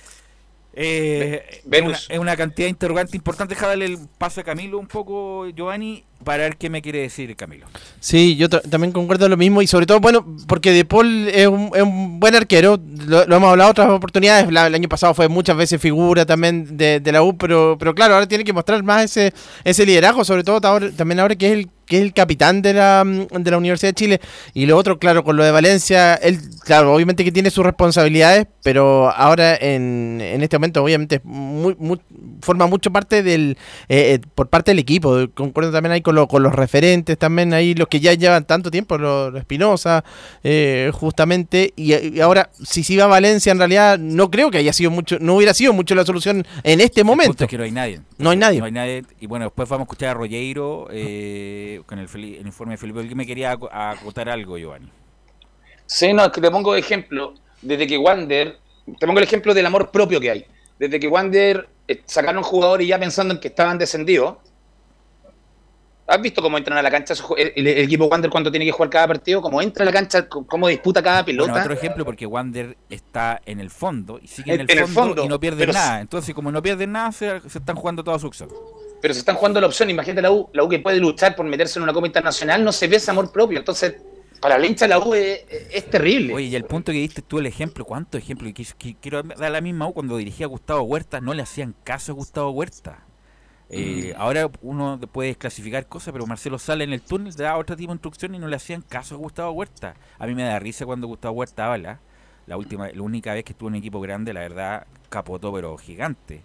es una cantidad de interrogantes importante. Deja darle el paso a Camilo un poco, Giovanni, para ver qué me quiere decir Camilo. Sí, yo también concuerdo lo mismo, y sobre todo, bueno, porque De Paul es un buen arquero, lo hemos hablado en otras oportunidades. El año pasado fue muchas veces figura también de la U, pero claro, ahora tiene que mostrar más ese liderazgo, sobre todo también ahora que es el capitán de la Universidad de Chile. Y lo otro, claro, con lo de Valencia, él, claro, obviamente que tiene sus responsabilidades, pero ahora en este momento obviamente forma mucho parte por parte del equipo. Concuerdo también ahí con los referentes, también ahí los que ya llevan tanto tiempo, los Espinosa, justamente, y ahora si va a Valencia, en realidad no creo que no hubiera sido mucho la solución en este momento. El punto es que no hay nadie. No hay nadie. No hay nadie. Y bueno, después vamos a escuchar a Rogueiro con el informe de Felipe. ¿Alguien me quería acotar algo, Giovanni? Sí, no, es que te pongo de ejemplo, desde que Wander, te pongo el ejemplo del amor propio que hay. Desde que Wander sacaron jugadores ya pensando en que estaban descendidos. ¿Has visto cómo entran a la cancha el equipo Wander cuando tiene que jugar cada partido? Cómo entra a la cancha, cómo disputa cada pelota. Bueno, otro ejemplo, porque Wander está en el fondo y sigue en el fondo y no pierde nada. Entonces, como no pierden nada, se están jugando toda su opción. Pero se están jugando la opción. Imagínate la U que puede luchar por meterse en una Copa Internacional, no se ve ese amor propio. Entonces, para el hincha de la U es terrible. Oye, y el punto que diste tú, el ejemplo, ¿cuántos ejemplos? Quiero dar la misma U cuando dirigía a Gustavo Huerta, no le hacían caso a Gustavo Huerta. Ahora uno puede clasificar cosas, pero Marcelo sale en el túnel, da otro tipo de instrucciones y no le hacían caso a Gustavo Huerta. A mí me da risa cuando Gustavo Huerta habla. La única vez que estuvo en un equipo grande, la verdad, capotó, pero gigante.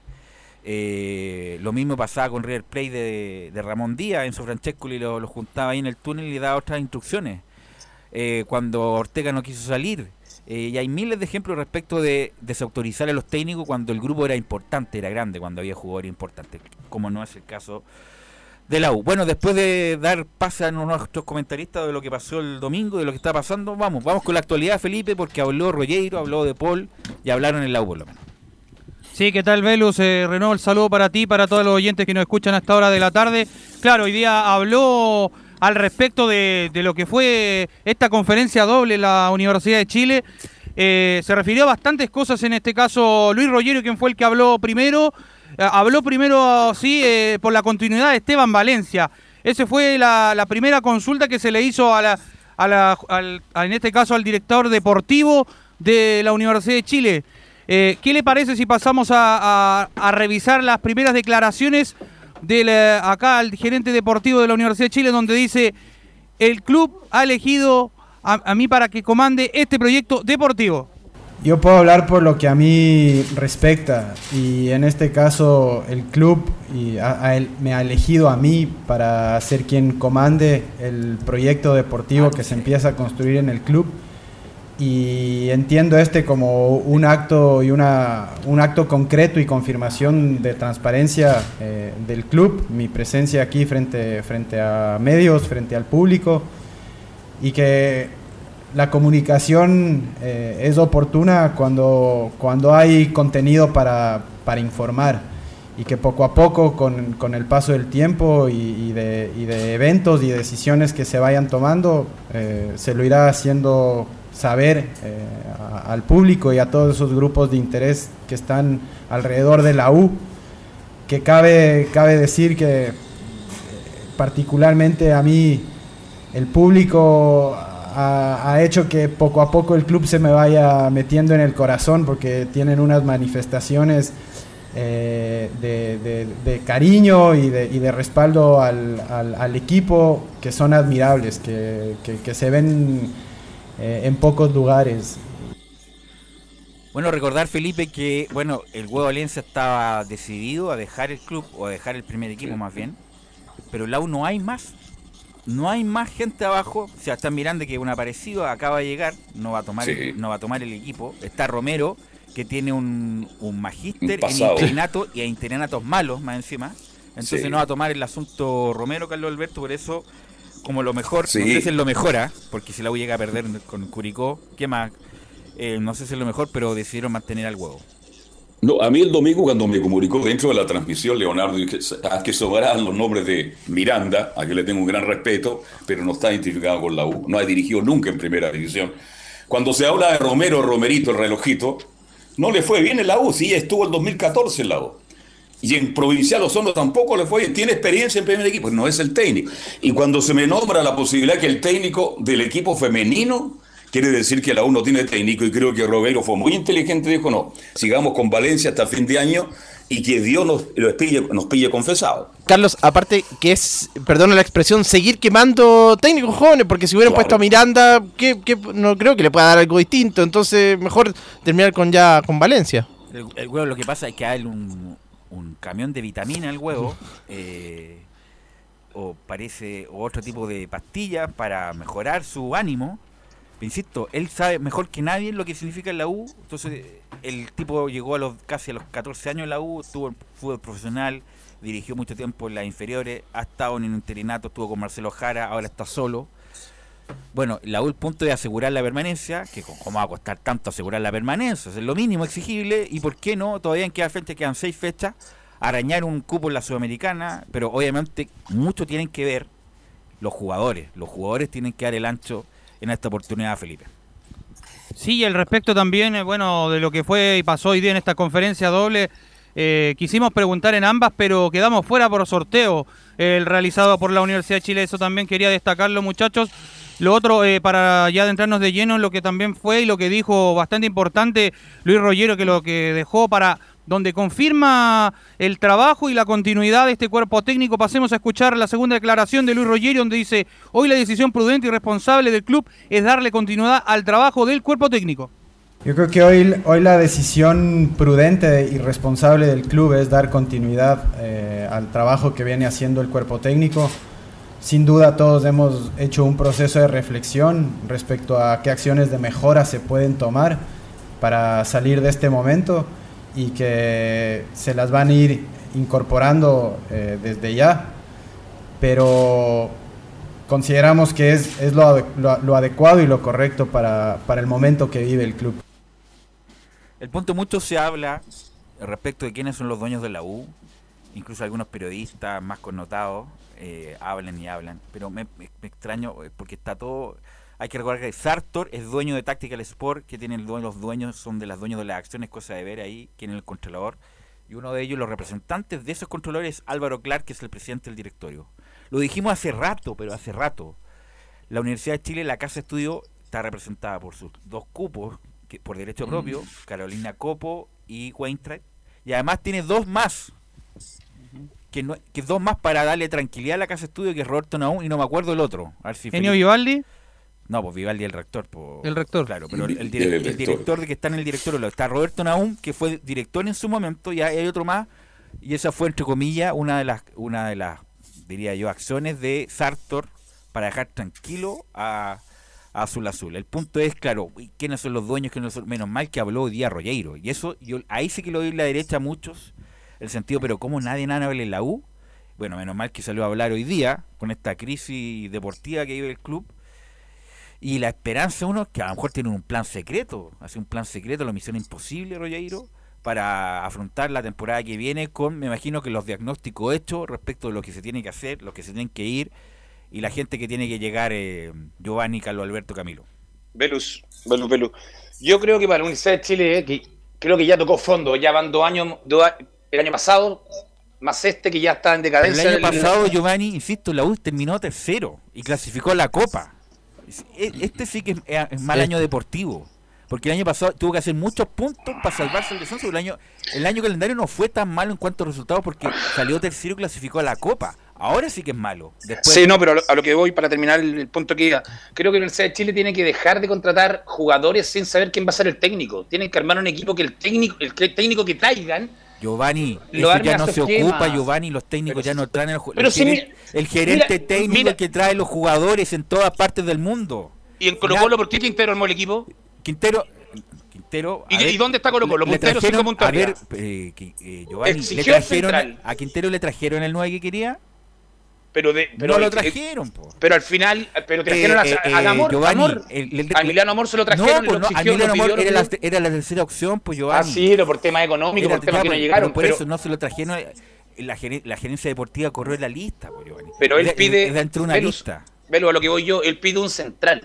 Lo mismo pasaba con River Plate de Ramón Díaz. Enzo Francescoli lo juntaba ahí en el túnel y le daba otras instrucciones. Cuando Ortega no quiso salir. Y hay miles de ejemplos respecto de desautorizar a los técnicos cuando el grupo era importante, era grande, cuando había jugadores importantes, como no es el caso de la U. Bueno, después de dar pase a nuestros comentaristas de lo que pasó el domingo, de lo que está pasando, vamos con la actualidad, Felipe, porque habló Rollero, habló de Paul y hablaron en la U por lo menos. Sí, ¿qué tal, Velus? Renaud, el saludo para ti, para todos los oyentes que nos escuchan a esta hora de la tarde. Claro, hoy día habló al respecto de lo que fue esta conferencia doble en la Universidad de Chile. Se refirió a bastantes cosas, en este caso Luis Rollero, quien fue el que habló primero. Habló primero, sí, por la continuidad de Esteban Valencia. Esa fue la primera consulta que se le hizo en este caso al director deportivo de la Universidad de Chile. ¿Qué le parece si pasamos a revisar las primeras declaraciones acá al gerente deportivo de la Universidad de Chile, donde dice: el club ha elegido a mí para que comande este proyecto deportivo? Yo puedo hablar por lo que a mí respecta, y en este caso el club me ha elegido a mí para ser quien comande el proyecto deportivo que se empieza a construir en el club, y entiendo como un acto y un acto concreto y confirmación de transparencia del club, mi presencia aquí frente a medios, frente al público, y que la comunicación es oportuna cuando hay contenido para informar, y que poco a poco, con el paso del tiempo y de eventos y decisiones que se vayan tomando, se lo irá haciendo saber al público y a todos esos grupos de interés que están alrededor de la U, que cabe decir que particularmente a mí el público ha hecho que poco a poco el club se me vaya metiendo en el corazón, porque tienen unas manifestaciones de cariño y de respaldo al equipo que son admirables, que se ven en pocos lugares. Bueno, recordar, Felipe, que el Huevo Valencia estaba decidido a dejar el club, o a dejar el primer equipo más bien, pero en la U no hay más. No hay más gente abajo. O sea, están mirando que un aparecido acaba de llegar, no va a tomar el equipo. Está Romero, que tiene un magíster en interinato y a interinatos malos más encima. Entonces no va a tomar el asunto Romero, Carlos Alberto. Por eso, como lo mejor, no sé si es lo mejor, porque si la U llega a perder con Curicó, ¿qué más? No sé si es lo mejor, pero decidieron mantener al Huevo. No, a mí el domingo, cuando me comunicó dentro de la transmisión, Leonardo, que sobraban los nombres de Miranda, a quien le tengo un gran respeto, pero no está identificado con la U, no ha dirigido nunca en primera división. Cuando se habla de Romerito, el relojito, no le fue bien en la U, sí, estuvo el 2014 en la U. Y en Provincial Osorno tampoco le fue bien, tiene experiencia en primer equipo, no es el técnico. Y cuando se me nombra la posibilidad que el técnico del equipo femenino, quiere decir que la U no tiene técnico, y creo que Romero fue muy inteligente, dijo: no, sigamos con Valencia hasta fin de año y que Dios nos pille confesado. Carlos, aparte que es, perdona la expresión, seguir quemando técnicos jóvenes, porque si hubieran puesto a Miranda, no creo que le pueda dar algo distinto, entonces mejor terminar con Valencia. El Huevo, lo que pasa es que hay un camión de vitamina el Huevo, o otro tipo de pastillas para mejorar su ánimo. Insisto, él sabe mejor que nadie lo que significa la U. Entonces, el tipo llegó casi a los 14 años en la U, estuvo en fútbol profesional, dirigió mucho tiempo en las inferiores, ha estado en un interinato, estuvo con Marcelo Jara, ahora está solo. Bueno, la U, el punto de asegurar la permanencia, que cómo va a costar tanto asegurar la permanencia, es lo mínimo exigible, y por qué no, todavía quedan 6 fechas, arañar un cupo en la Sudamericana, pero obviamente mucho tienen que ver los jugadores tienen que dar el ancho en esta oportunidad, Felipe. Sí, y al respecto también, de lo que fue y pasó hoy día en esta conferencia doble, quisimos preguntar en ambas, pero quedamos fuera por sorteo, el realizado por la Universidad de Chile. Eso también quería destacarlo, muchachos. Lo otro, para ya adentrarnos de lleno en lo que también fue y lo que dijo bastante importante Luis Rollero, que lo que dejó para donde confirma el trabajo y la continuidad de este cuerpo técnico. Pasemos a escuchar la segunda declaración de Luis Rollero, donde dice: hoy la decisión prudente y responsable del club es darle continuidad al trabajo del cuerpo técnico. Yo creo que hoy la decisión prudente y responsable del club es dar continuidad al trabajo que viene haciendo el cuerpo técnico. Sin duda todos hemos hecho un proceso de reflexión respecto a qué acciones de mejora se pueden tomar para salir de este momento y que se las van a ir incorporando desde ya, pero consideramos que es lo adecuado y lo correcto para el momento que vive el club. El punto mucho se habla respecto de quiénes son los dueños de la U, incluso algunos periodistas más connotados hablan, pero me extraño porque está todo. Hay que recordar que Sartor es dueño de Tactical Sport, que tienen los dueños, son de los dueños de las acciones, cosa de ver ahí, quién es el controlador, y uno de ellos, los representantes de esos controladores, es Álvaro Clark, que es el presidente del directorio. Lo dijimos hace rato, la Universidad de Chile, la Casa de Estudio, está representada por sus dos cupos, que por derecho propio, Carolina Copo y Weintraub, y además tiene dos más, que dos más para darle tranquilidad a la Casa de Estudio, que es Roberto Nahum, y no me acuerdo el otro. A ver si ¿Enio Vivaldi? No, pues Vivaldi es el rector. El rector. Claro, pero el director de que está en el directorio, está Roberto Nahum, que fue director en su momento, y hay otro más, y esa fue, entre comillas, una de las diría yo, acciones de Sartor para dejar tranquilo a Azul Azul. El punto es, claro, ¿quiénes son los dueños? Menos mal que habló hoy día Rollero, y eso, ahí sí que lo doy en la derecha a muchos, el sentido, pero ¿cómo nadie habla en la U? Bueno, menos mal que salió a hablar hoy día, con esta crisis deportiva que vive el club. Y la esperanza uno que a lo mejor tienen un plan secreto, hace un plan secreto, la misión imposible, Rollero, para afrontar la temporada que viene con, me imagino que los diagnósticos hechos respecto de lo que se tiene que hacer, lo que se tienen que ir y la gente que tiene que llegar, Giovanni, Carlos Alberto, Camilo. Velus. Yo creo que para la Universidad de Chile, que creo que ya tocó fondo, ya van 2 años, el año pasado, más que ya está en decadencia. El año pasado, Giovanni, insisto, la U terminó tercero y clasificó a la Copa. Este sí que es mal año deportivo, porque el año pasado tuvo que hacer muchos puntos para salvarse el descenso. El año calendario no fue tan malo en cuanto a resultados porque salió tercero y clasificó a la Copa. Ahora sí que es malo. Sí, no, pero a lo que voy para terminar el punto que iba, creo que la Universidad de Chile tiene que dejar de contratar jugadores sin saber quién va a ser el técnico. Tienen que armar un equipo que el técnico que traigan, Giovanni, eso ya no se ocupa, Giovanni, los técnicos ya no traen el gerente técnico que trae los jugadores en todas partes del mundo. ¿Y en Colo-Colo por qué Quintero armó el equipo? Quintero ¿Y dónde está Colo-Colo? Puntero 5 puntos. A ver, Giovanni, a Quintero le trajeron el 9 que quería. Pero no lo trajeron, pero al final, trajeron a Amor, Giovanni, a Emiliano Amor se lo trajeron. No, a Emiliano Amor era la tercera opción, pues Giovanni. Sí, pero por temas económicos, por temas que no llegaron. Por eso no se lo trajeron, la gerencia deportiva corrió la lista, pues Giovanni. Pero él pide, dentro de una lista. Velo, a lo que voy yo, él pide un central.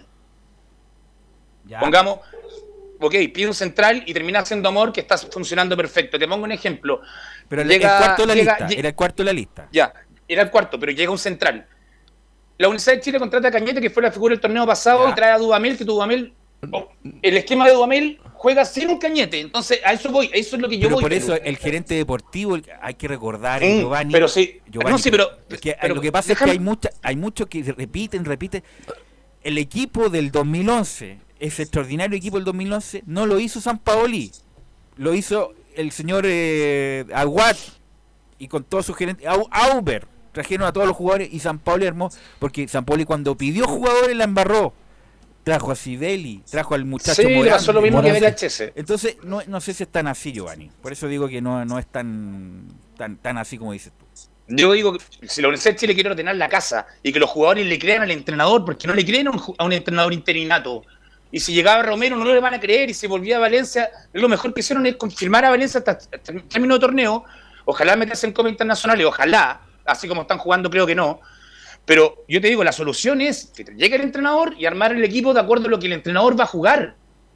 Ya. Pongamos, pide un central y termina siendo Amor, que está funcionando perfecto. Te pongo un ejemplo. Pero era el cuarto de la lista. Ya. Era el cuarto, pero llega un central. La Universidad de Chile contrata a Cañete, que fue la figura del torneo pasado, y trae a Dudamel, que Dudamel, el esquema de Dudamel juega sin un Cañete. Entonces, a eso voy, eso es lo que yo voy. Por eso, el gerente deportivo, hay que recordar, Giovanni. Pero sí, Giovanni, no, sí, pero lo que pasa es que hay muchos que repiten. El equipo del 2011, ese extraordinario equipo del 2011, no lo hizo Sampaoli, lo hizo el señor Aguad, y con todos sus gerentes, Auber. Trajeron a todos los jugadores y Sampaoli armó, porque Sampaoli cuando pidió jugadores la embarró. Trajo a Sidelli, trajo al muchacho Morán. Pasó lo mismo que VHS. Entonces, no sé si es tan así, Giovanni. Por eso digo que no es tan así como dices tú. Yo digo que si la Universidad de Chile quiere ordenar la casa y que los jugadores le crean al entrenador, porque no le creen a un entrenador interinato. Y si llegaba Romero no le van a creer, y si volvía a Valencia, lo mejor que hicieron es confirmar a Valencia hasta el término de torneo. Ojalá meterse en Copa Internacional, y ojalá, así como están jugando, creo que no. Pero yo te digo, la solución es que llegue el entrenador y armar el equipo de acuerdo a lo que el entrenador va a jugar.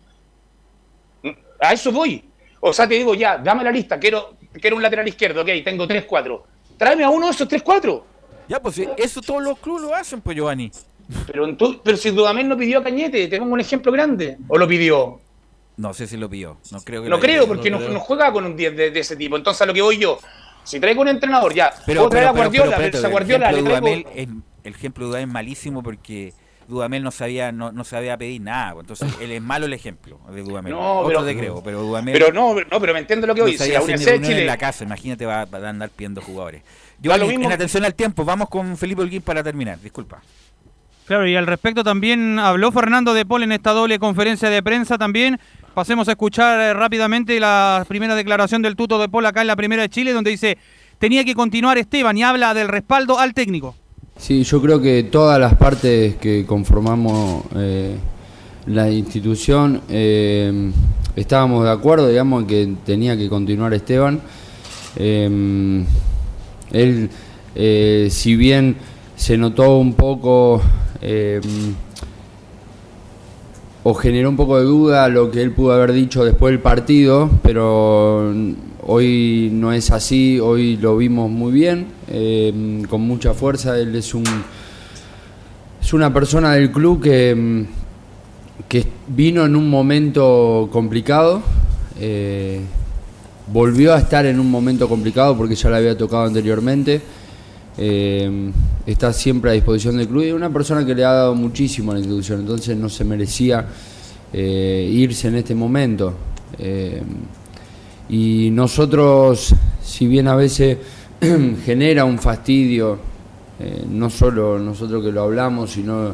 A eso voy. O sea, te digo, ya, dame la lista, quiero un lateral izquierdo, ok, tengo 3-4. Tráeme a uno de esos 3-4. Ya, pues eso todos los clubes lo hacen, pues, Giovanni. Pero si Dudamel no pidió a Cañete, te pongo un ejemplo grande. ¿O lo pidió? No sé si lo pidió. No creo que no creo, porque no juega con un 10 de ese tipo. Entonces, a lo que voy yo, si traigo un entrenador, ya, puedo traer a Guardiola, pero si a Guardiola le traigo... El ejemplo de Dudamel es malísimo porque Dudamel no sabía pedir nada. Entonces, él es malo el ejemplo de Dudamel. Otro te creo, pero Dudamel... Pero me entiendo lo que voy. Si la Universidad de Chile en la casa, imagínate, va a andar pidiendo jugadores. Yo en atención al tiempo, vamos con Felipe Holguín para terminar. Disculpa. Claro, y al respecto también habló Fernando de Paul en esta doble conferencia de prensa también. Pasemos a escuchar rápidamente la primera declaración del tuto de Paul acá en la Primera de Chile, donde dice, tenía que continuar Esteban, y habla del respaldo al técnico. Sí, yo creo que todas las partes que conformamos la institución estábamos de acuerdo, digamos, en que tenía que continuar Esteban. Él, si bien se notó un poco... o generó un poco de duda lo que él pudo haber dicho después del partido, pero hoy no es así, hoy lo vimos muy bien, con mucha fuerza. Él es una persona del club que vino en un momento complicado, volvió a estar en un momento complicado porque ya le había tocado anteriormente. Está siempre a disposición del club y es una persona que le ha dado muchísimo a la institución, entonces no se merecía irse en este momento. Y nosotros, si bien a veces genera un fastidio, no solo nosotros que lo hablamos, sino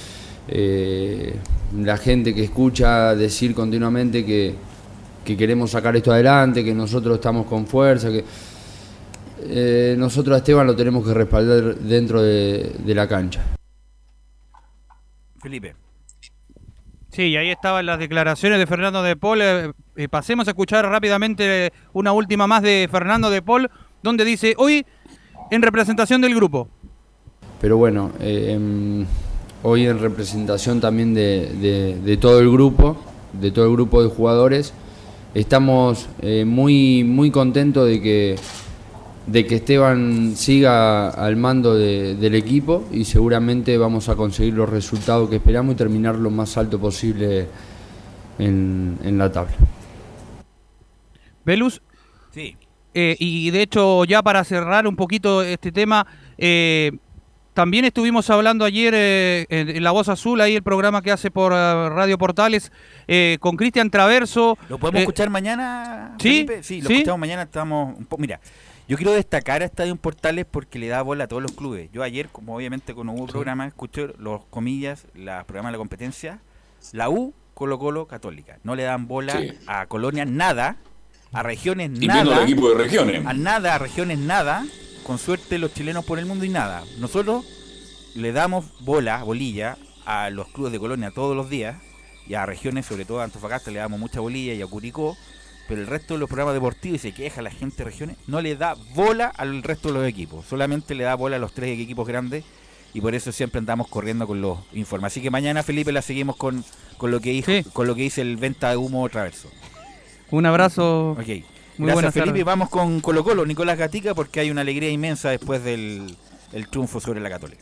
la gente que escucha decir continuamente que queremos sacar esto adelante, que nosotros estamos con fuerza, que nosotros a Esteban lo tenemos que respaldar dentro de la cancha. Felipe. Sí, y ahí estaban las declaraciones de Fernando de Paul. Pasemos a escuchar rápidamente una última más de Fernando de Paul, donde dice, hoy en representación del grupo. Pero bueno, hoy en representación también de todo el grupo, de jugadores, estamos muy contentos de que Esteban siga al mando del equipo y seguramente vamos a conseguir los resultados que esperamos y terminar lo más alto posible en la tabla. Velus. Sí. Y de hecho, ya para cerrar un poquito este tema, también estuvimos hablando ayer en La Voz Azul, ahí el programa que hace por Radio Portales, con Cristian Traverso. ¿Lo podemos escuchar mañana, ¿sí? Felipe? Sí, lo escuchamos mañana. Estamos mira, yo quiero destacar a Estadio Portales porque le da bola a todos los clubes. Yo ayer, como obviamente cuando hubo programa, escuché los programas de la competencia, la U, Colo-Colo, Católica. No le dan bola a Colonia nada, a Regiones nada. Incluyendo el equipo de Regiones. A Regiones nada, con suerte los chilenos por el mundo y nada. Nosotros le damos bolilla a los clubes de Colonia todos los días, y a Regiones, sobre todo a Antofagasta, le damos mucha bolilla, y a Curicó. Pero el resto de los programas deportivos, y se queja la gente de Regiones, no le da bola al resto de los equipos. Solamente le da bola a los 3 equipos grandes, y por eso siempre andamos corriendo con los informes. Así que mañana, Felipe, la seguimos con lo que dice el Venta de Humo Traverso. Un abrazo. Ok. Muy gracias, Felipe. Tardes. Vamos con Colo-Colo, Nicolás Gatica, porque hay una alegría inmensa después del triunfo sobre la Católica.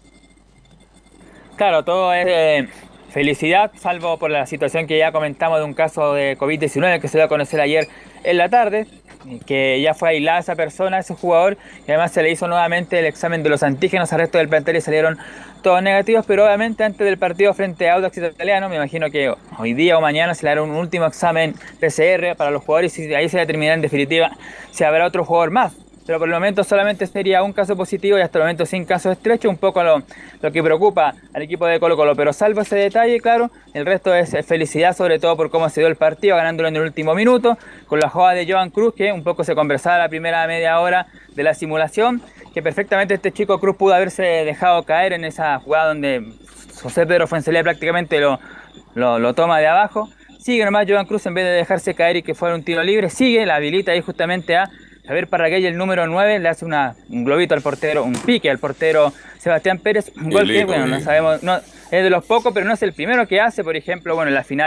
Claro, todo es... felicidad, salvo por la situación que ya comentamos de un caso de COVID-19 que se dio a conocer ayer en la tarde, que ya fue aislada esa persona, ese jugador, y además se le hizo nuevamente el examen de los antígenos al resto del plantel y salieron todos negativos, pero obviamente antes del partido frente a Audax Italiano, me imagino que hoy día o mañana se le hará un último examen PCR para los jugadores y ahí se determinará en definitiva si habrá otro jugador más. Pero por el momento solamente sería un caso positivo y hasta el momento sin caso estrecho, un poco lo que preocupa al equipo de Colo-Colo. Pero salvo ese detalle, claro, el resto es felicidad, sobre todo por cómo se dio el partido, ganándolo en el último minuto, con la jugada de Joan Cruz, que un poco se conversaba la primera media hora de la simulación, que perfectamente este chico Cruz pudo haberse dejado caer en esa jugada donde José Pedro Fuenzalía prácticamente lo toma de abajo. Sigue nomás Joan Cruz, en vez de dejarse caer y que fuera un tiro libre, sigue, la habilita ahí justamente a Javier Parragués, el número 9, le hace un globito al portero, un pique al portero Sebastián Pérez, un gol que, bueno, no sabemos, no, es de los pocos, pero no es el primero que hace. Por ejemplo, bueno, en la final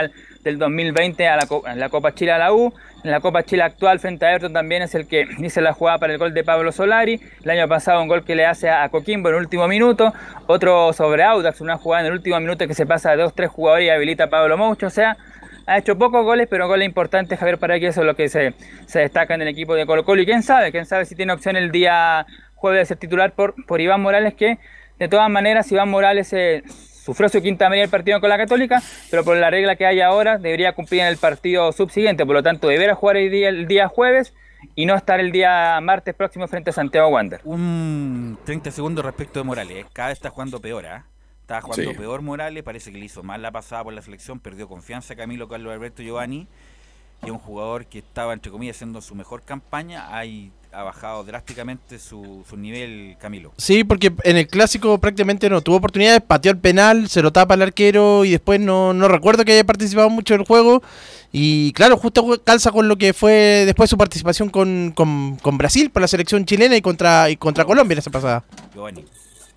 del 2020 en la Copa Chile a la U. En la Copa Chile actual frente a Everton también es el que inicia la jugada para el gol de Pablo Solari. El año pasado un gol que le hace a Coquimbo en el último minuto. Otro sobre Audax, una jugada en el último minuto que se pasa de 2-3 jugadores y habilita a Pablo Moucho. O sea, ha hecho pocos goles, pero goles importantes, Javier Paraque, eso es lo que se destaca en el equipo de Colo-Colo. Y quién sabe si tiene opción el día jueves de ser titular por Iván Morales, que de todas maneras Iván Morales sufrió su quinta amarilla el partido con la Católica, pero por la regla que hay ahora debería cumplir en el partido subsiguiente, por lo tanto deberá jugar el día jueves y no estar el día martes próximo frente a Santiago Wander. Un 30 segundos respecto de Morales, cada vez está jugando peor, Estaba jugando peor Morales, parece que le hizo mal la pasada por la selección, perdió confianza Camilo Carlos Alberto Giovanni, y un jugador que estaba, entre comillas, haciendo su mejor campaña, ha bajado drásticamente su nivel, Camilo. Sí, porque en el Clásico prácticamente no tuvo oportunidades, pateó el penal, se lo tapa el arquero y después no recuerdo que haya participado mucho en el juego. Y claro, justo calza con lo que fue después su participación con Brasil por la selección chilena y contra Colombia en esa pasada. Giovanni.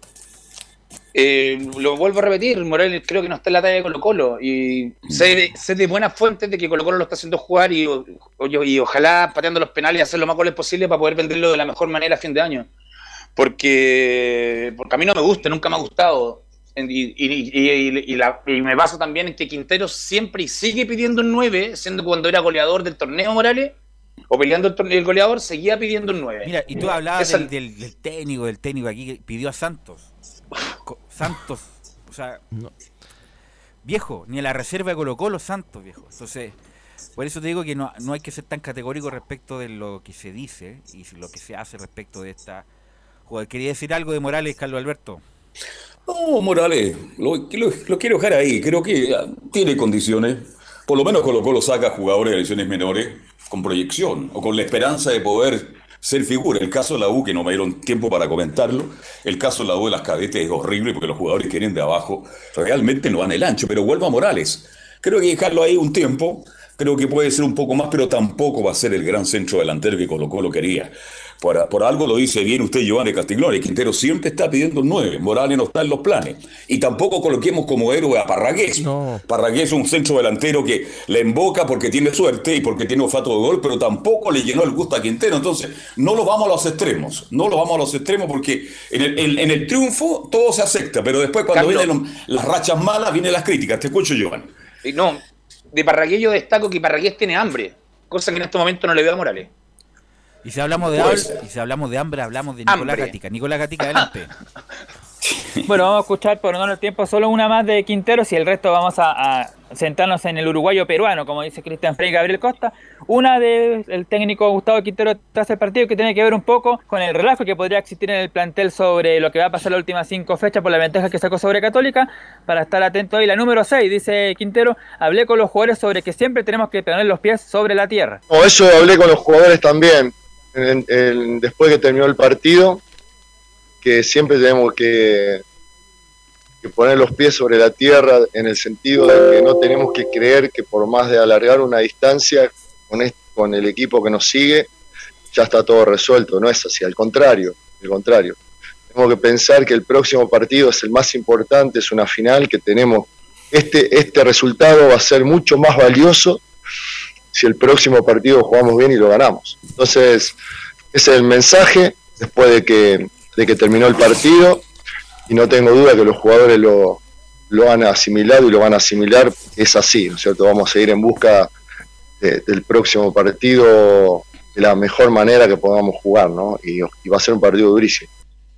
Lo vuelvo a repetir, Morales creo que no está en la talla de Colo-Colo y sé de buenas fuentes de que Colo-Colo lo está haciendo jugar y ojalá pateando los penales y hacer lo más goles posible para poder venderlo de la mejor manera a fin de año, porque a mí no me gusta, nunca me ha gustado y me baso también en que Quintero siempre y sigue pidiendo un 9, siendo cuando era goleador del torneo Morales o peleando el goleador seguía pidiendo un 9. Mira, y tú hablabas del técnico aquí que pidió a Santos, o sea, no. Viejo, ni a la reserva de Colo-Colo Santos, viejo. Entonces, por eso te digo que no hay que ser tan categórico respecto de lo que se dice y lo que se hace respecto de esta jugadora. ¿Quería decir algo de Morales, Carlos Alberto? No, Morales, lo quiero dejar ahí, creo que tiene condiciones. Por lo menos Colo-Colo saca jugadores de divisiones menores con proyección o con la esperanza de poder ser figura. El caso de la U, que no me dieron tiempo para comentarlo, el caso de la U de las cadetes es horrible porque los jugadores que vienen de abajo realmente no dan el ancho, pero vuelvo a Morales. Creo que dejarlo ahí un tiempo, creo que puede ser un poco más, pero tampoco va a ser el gran centro delantero que Colo-Colo quería. Por algo lo dice bien usted, Giovanni Castiglione. Quintero siempre está pidiendo un 9. Morales no está en los planes. Y tampoco coloquemos como héroe a Parragués. No. Parragués es un centro delantero que le emboca porque tiene suerte y porque tiene olfato de gol, pero tampoco le llenó el gusto a Quintero. Entonces, no lo vamos a los extremos. No lo vamos a los extremos porque en el triunfo todo se acepta, pero después cuando vienen las rachas malas, vienen las críticas. Te escucho, Giovanni. No, de Parragués yo destaco que Parragués tiene hambre, cosa que en este momento no le veo a Morales. Y si hablamos de hambre, hablamos de Nicolás Gatica. Nicolás Gatica, adelante. Bueno, vamos a escuchar por no el tiempo solo una más de Quinteros y el resto vamos a sentarnos en el uruguayo peruano, como dice Cristian Frey y Gabriel Costa. Una del técnico Gustavo Quintero tras el partido que tiene que ver un poco con el relajo que podría existir en el plantel sobre lo que va a pasar las últimas 5 fechas por la ventaja que sacó sobre Católica. Para estar atento ahí, la número 6, dice Quintero, hablé con los jugadores sobre que siempre tenemos que tener los pies sobre la tierra. Eso hablé con los jugadores también. Después que terminó el partido, que siempre tenemos que poner los pies sobre la tierra en el sentido de que no tenemos que creer que por más de alargar una distancia con el equipo que nos sigue ya está todo resuelto. No es así, al contrario. Tenemos que pensar que el próximo partido es el más importante, es una final que tenemos. Este resultado va a ser mucho más valioso si el próximo partido jugamos bien y lo ganamos. Entonces, ese es el mensaje después de que terminó el partido, y no tengo duda que los jugadores lo han asimilado y lo van a asimilar. Es así, ¿no es cierto? Vamos a seguir en busca del próximo partido de la mejor manera que podamos jugar, ¿no? Y va a ser un partido durísimo.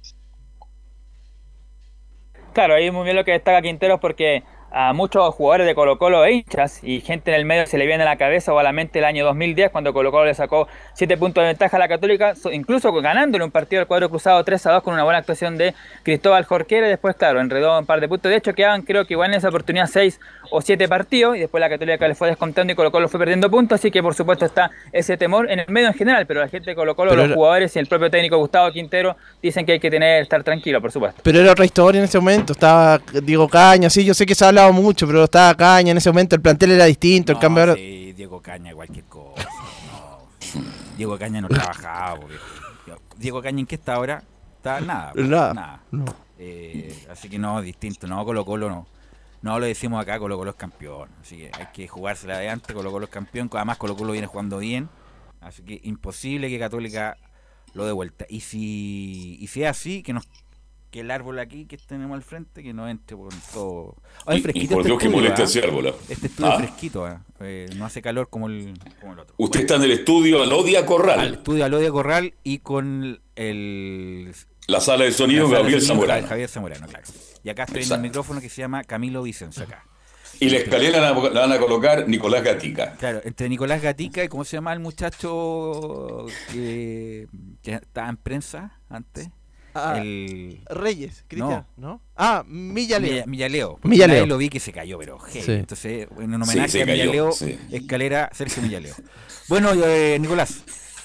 Claro, ahí muy bien lo que destaca Quinteros, porque a muchos jugadores de Colo-Colo e hinchas y gente en el medio se le viene a la cabeza o a la mente el año 2010 cuando Colo-Colo le sacó 7 puntos de ventaja a la Católica, incluso ganándole un partido al cuadro cruzado 3-2 con una buena actuación de Cristóbal Jorquera, y después claro, enredó un par de puntos. De hecho quedaban creo que igual en esa oportunidad 6 o 7 partidos y después la Católica le fue descontando y Colo-Colo fue perdiendo puntos, así que por supuesto está ese temor en el medio en general, pero la gente de Colo-Colo, los jugadores y el propio técnico Gustavo Quintero dicen que hay que estar tranquilo, por supuesto. Pero era otra historia en ese momento, estaba Diego Caña, sí, yo sé que se ha hablado mucho, pero estaba Caña en ese momento, el plantel era distinto, el cambio era... Sí, Diego Caña, cualquier cosa. No. Diego Caña no trabajaba. Diego Caña, ¿en qué está ahora? Está nada. Nada. No. Así que no, distinto. No, Colo-Colo no. No lo decimos acá, Colo Colo es campeón. Así que hay que jugársela de antes, Colo Colo es campeón. Además Colo Colo viene jugando bien. Así que imposible que Católica lo dé vuelta. Y si es así, que el árbol aquí que tenemos al frente, que no entre con todo. Y por Dios que moleste ese árbol. Este estudio es fresquito, no hace calor como el otro. Usted está en el estudio Alodia Corral. Al estudio Alodia Corral y con la sala de sonido Gabriel Zamorano. Javier Zamorano, claro. Y acá estoy en el micrófono que se llama Camilo Vicencio acá. Y la escalera la van a colocar Nicolás Gatica. Claro, entre Nicolás Gatica y ¿cómo se llama el muchacho que estaba en prensa antes? Reyes, Cristian, ¿no? Millaleo. Millaleo. Millaleo. Lo vi que se cayó, pero hey. Sí. Entonces, en homenaje a Millaleo, escalera Sergio Millaleo. Bueno, Nicolás.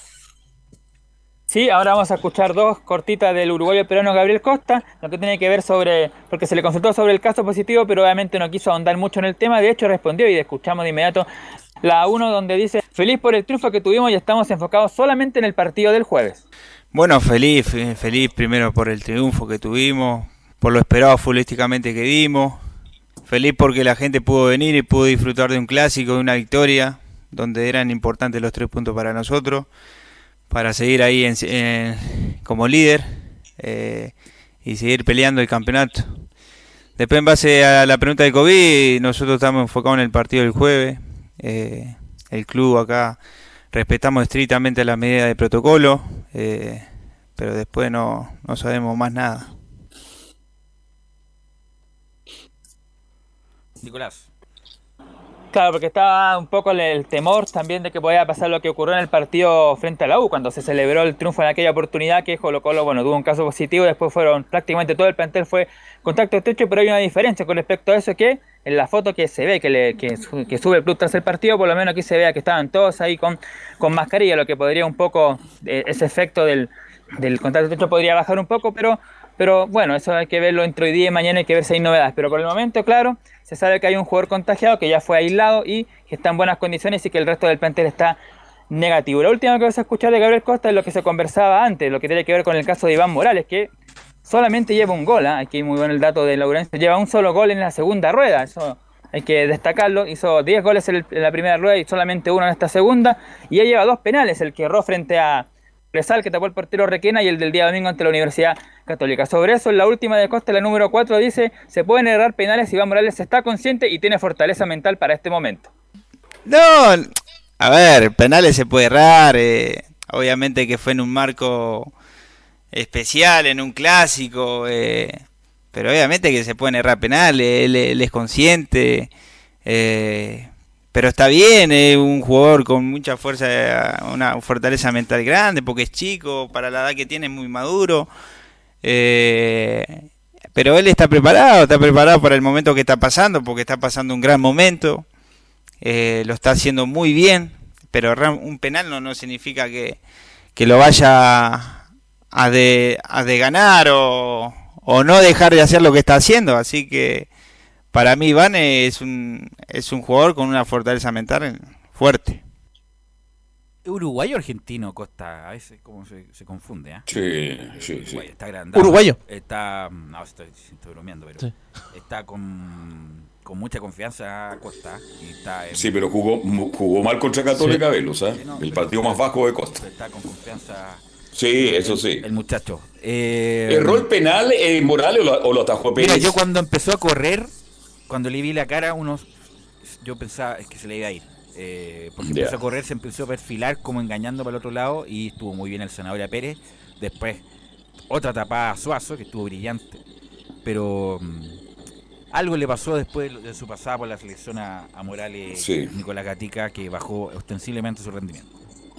Sí, ahora vamos a escuchar dos cortitas del uruguayo peruano Gabriel Costa, lo que tiene que ver porque se le consultó sobre el caso positivo, pero obviamente no quiso ahondar mucho en el tema. De hecho, respondió y escuchamos de inmediato la 1 donde dice: feliz por el triunfo que tuvimos y estamos enfocados solamente en el partido del jueves. Bueno, feliz primero por el triunfo que tuvimos, por lo esperado futbolísticamente que dimos, feliz porque la gente pudo venir y pudo disfrutar de un clásico, de una victoria, donde eran importantes los 3 puntos para nosotros, para seguir ahí como líder y seguir peleando el campeonato. Después, en base a la pregunta de COVID, nosotros estamos enfocados en el partido del jueves. El club acá respetamos estrictamente las medidas de protocolo, pero después no sabemos más nada. Nicolás. Claro, porque estaba un poco el temor también de que podía pasar lo que ocurrió en el partido frente a la U, cuando se celebró el triunfo en aquella oportunidad, que Colo Colo, tuvo un caso positivo, después prácticamente todo el plantel fue contacto estrecho, pero hay una diferencia con respecto a eso, que en la foto que se ve, que sube el club tras el partido, por lo menos aquí se vea que estaban todos ahí con mascarilla, lo que podría un poco, ese efecto del contacto estrecho podría bajar un poco, pero bueno, eso hay que verlo entre hoy día y mañana, hay que ver si hay novedades. Pero por el momento, claro, se sabe que hay un jugador contagiado que ya fue aislado y que está en buenas condiciones y que el resto del plantel está negativo. La última que vas a escuchar de Gabriel Costa es lo que se conversaba antes, lo que tiene que ver con el caso de Iván Morales, que solamente lleva un gol. Aquí muy bueno el dato de Laurencio, lleva un solo gol en la segunda rueda, eso hay que destacarlo. Hizo 10 goles en la primera rueda y solamente uno en esta segunda, y ya lleva 2 penales, el que erró frente a Resal, que tapó el portero Requena, y el del día domingo ante la Universidad Católica. Sobre eso, en la última de Costa, la número 4, dice: se pueden errar penales y Iván Morales está consciente y tiene fortaleza mental para este momento. No, a ver, penales se puede errar, obviamente que fue en un marco especial, en un clásico, pero obviamente que se pueden errar penales, él es consciente, pero está bien, es un jugador con mucha fuerza, una fortaleza mental grande, porque es chico, para la edad que tiene es muy maduro, pero él está preparado para el momento que está pasando, porque está pasando un gran momento, lo está haciendo muy bien, pero un penal no significa que lo vaya a de ganar o no dejar de hacer lo que está haciendo, así que para mí Iván es un jugador con una fortaleza mental fuerte. Uruguayo o argentino, Costa, a veces como se confunde, ¿eh? Sí. Está agrandado. Uruguayo. No, estoy bromeando, pero está con mucha confianza Costa. Sí, pero jugó mal contra Católica, Velos, el partido más bajo de Costa. Está con confianza. Sí, eso sí. El muchacho. ¿Erró el penal Morales o lo atajó Pérez? Mira, yo cuando empezó a correr, cuando le vi la cara, yo pensaba que se le iba a ir. Porque empezó a correr, se empezó a perfilar como engañando para el otro lado y estuvo muy bien el Zanahoria Pérez. Después, otra tapada a Suazo, que estuvo brillante. Pero algo le pasó después de su pasada por la selección a Morales, Nicolás Gatica, que bajó ostensiblemente su rendimiento.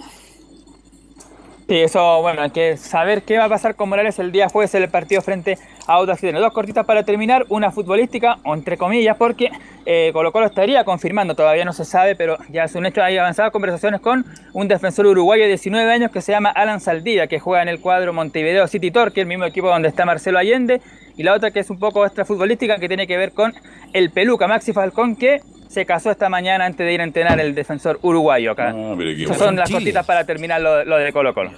Sí, eso, hay que saber qué va a pasar con Morales el día jueves en el partido frente a Audax Italiano. 2 cortitas para terminar, una futbolística, o entre comillas, porque Colo Colo estaría confirmando, todavía no se sabe, pero ya es un hecho, hay avanzadas conversaciones con un defensor uruguayo de 19 años que se llama Alan Saldivia, que juega en el cuadro Montevideo City Torque, el mismo equipo donde está Marcelo Allende, y la otra que es un poco extra futbolística, que tiene que ver con el Peluca, Maxi Falcón, que se casó esta mañana antes de ir a entrenar el defensor uruguayo acá. Esas son las cortitas para terminar lo de Colo Colo.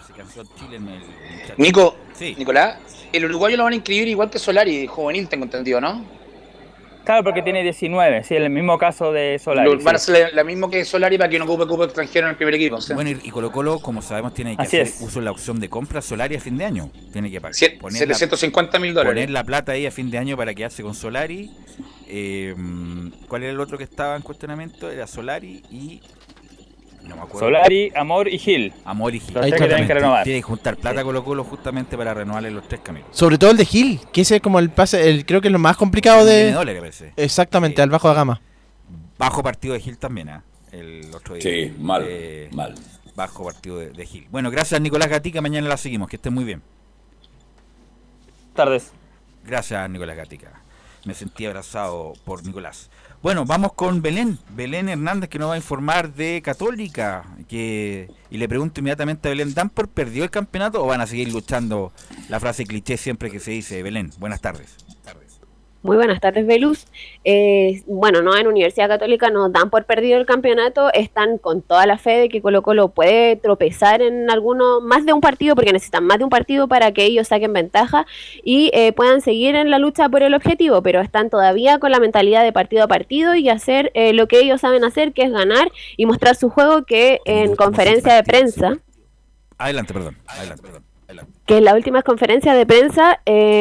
Nicolás, el uruguayo lo van a inscribir igual que Solari, juvenil, tengo entendido, ¿no? Claro, porque tiene 19, sí, el mismo caso de Solari. Van a ser la misma que Solari para que no ocupe cupo extranjero en el primer equipo. ¿Sí? Bueno, y Colo-Colo, como sabemos, tiene que hacer uso de la opción de compra Solari a fin de año. Tiene que pagar. $750.000. Poner la plata ahí a fin de año para quedarse con Solari. ¿Cuál era el otro que estaba en cuestionamiento? Era Solari y... No me acuerdo. Solari, Amor y Gil. Amor y Gil. Los tres que tienen que renovar. Tiene que juntar plata Colo-Colo justamente para renovarle los 3 caminos. Sobre todo el de Gil, que ese es como el pase, creo que es lo más complicado de... $1 que parece. Exactamente, al bajo de gama. Bajo partido de Gil también, el otro día. Sí, mal. Bajo partido de Gil. Bueno, gracias Nicolás Gatica, mañana la seguimos, que estén muy bien. Tardes. Gracias Nicolás Gatica. Me sentí abrazado por Nicolás. Bueno, vamos con Belén Hernández, que nos va a informar de Católica, y le pregunto inmediatamente a Belén, ¿dan por perdido el campeonato o van a seguir luchando? La frase cliché siempre que se dice. Belén, buenas tardes. Muy buenas tardes, Velus. Bueno, no, en Universidad Católica nos dan por perdido el campeonato, están con toda la fe de que Colo-Colo puede tropezar en más de un partido, porque necesitan más de un partido para que ellos saquen ventaja y puedan seguir en la lucha por el objetivo, pero están todavía con la mentalidad de partido a partido y hacer lo que ellos saben hacer, que es ganar y mostrar su juego, que en conferencia de prensa... Adelante, perdón. Que en la última conferencia de prensa...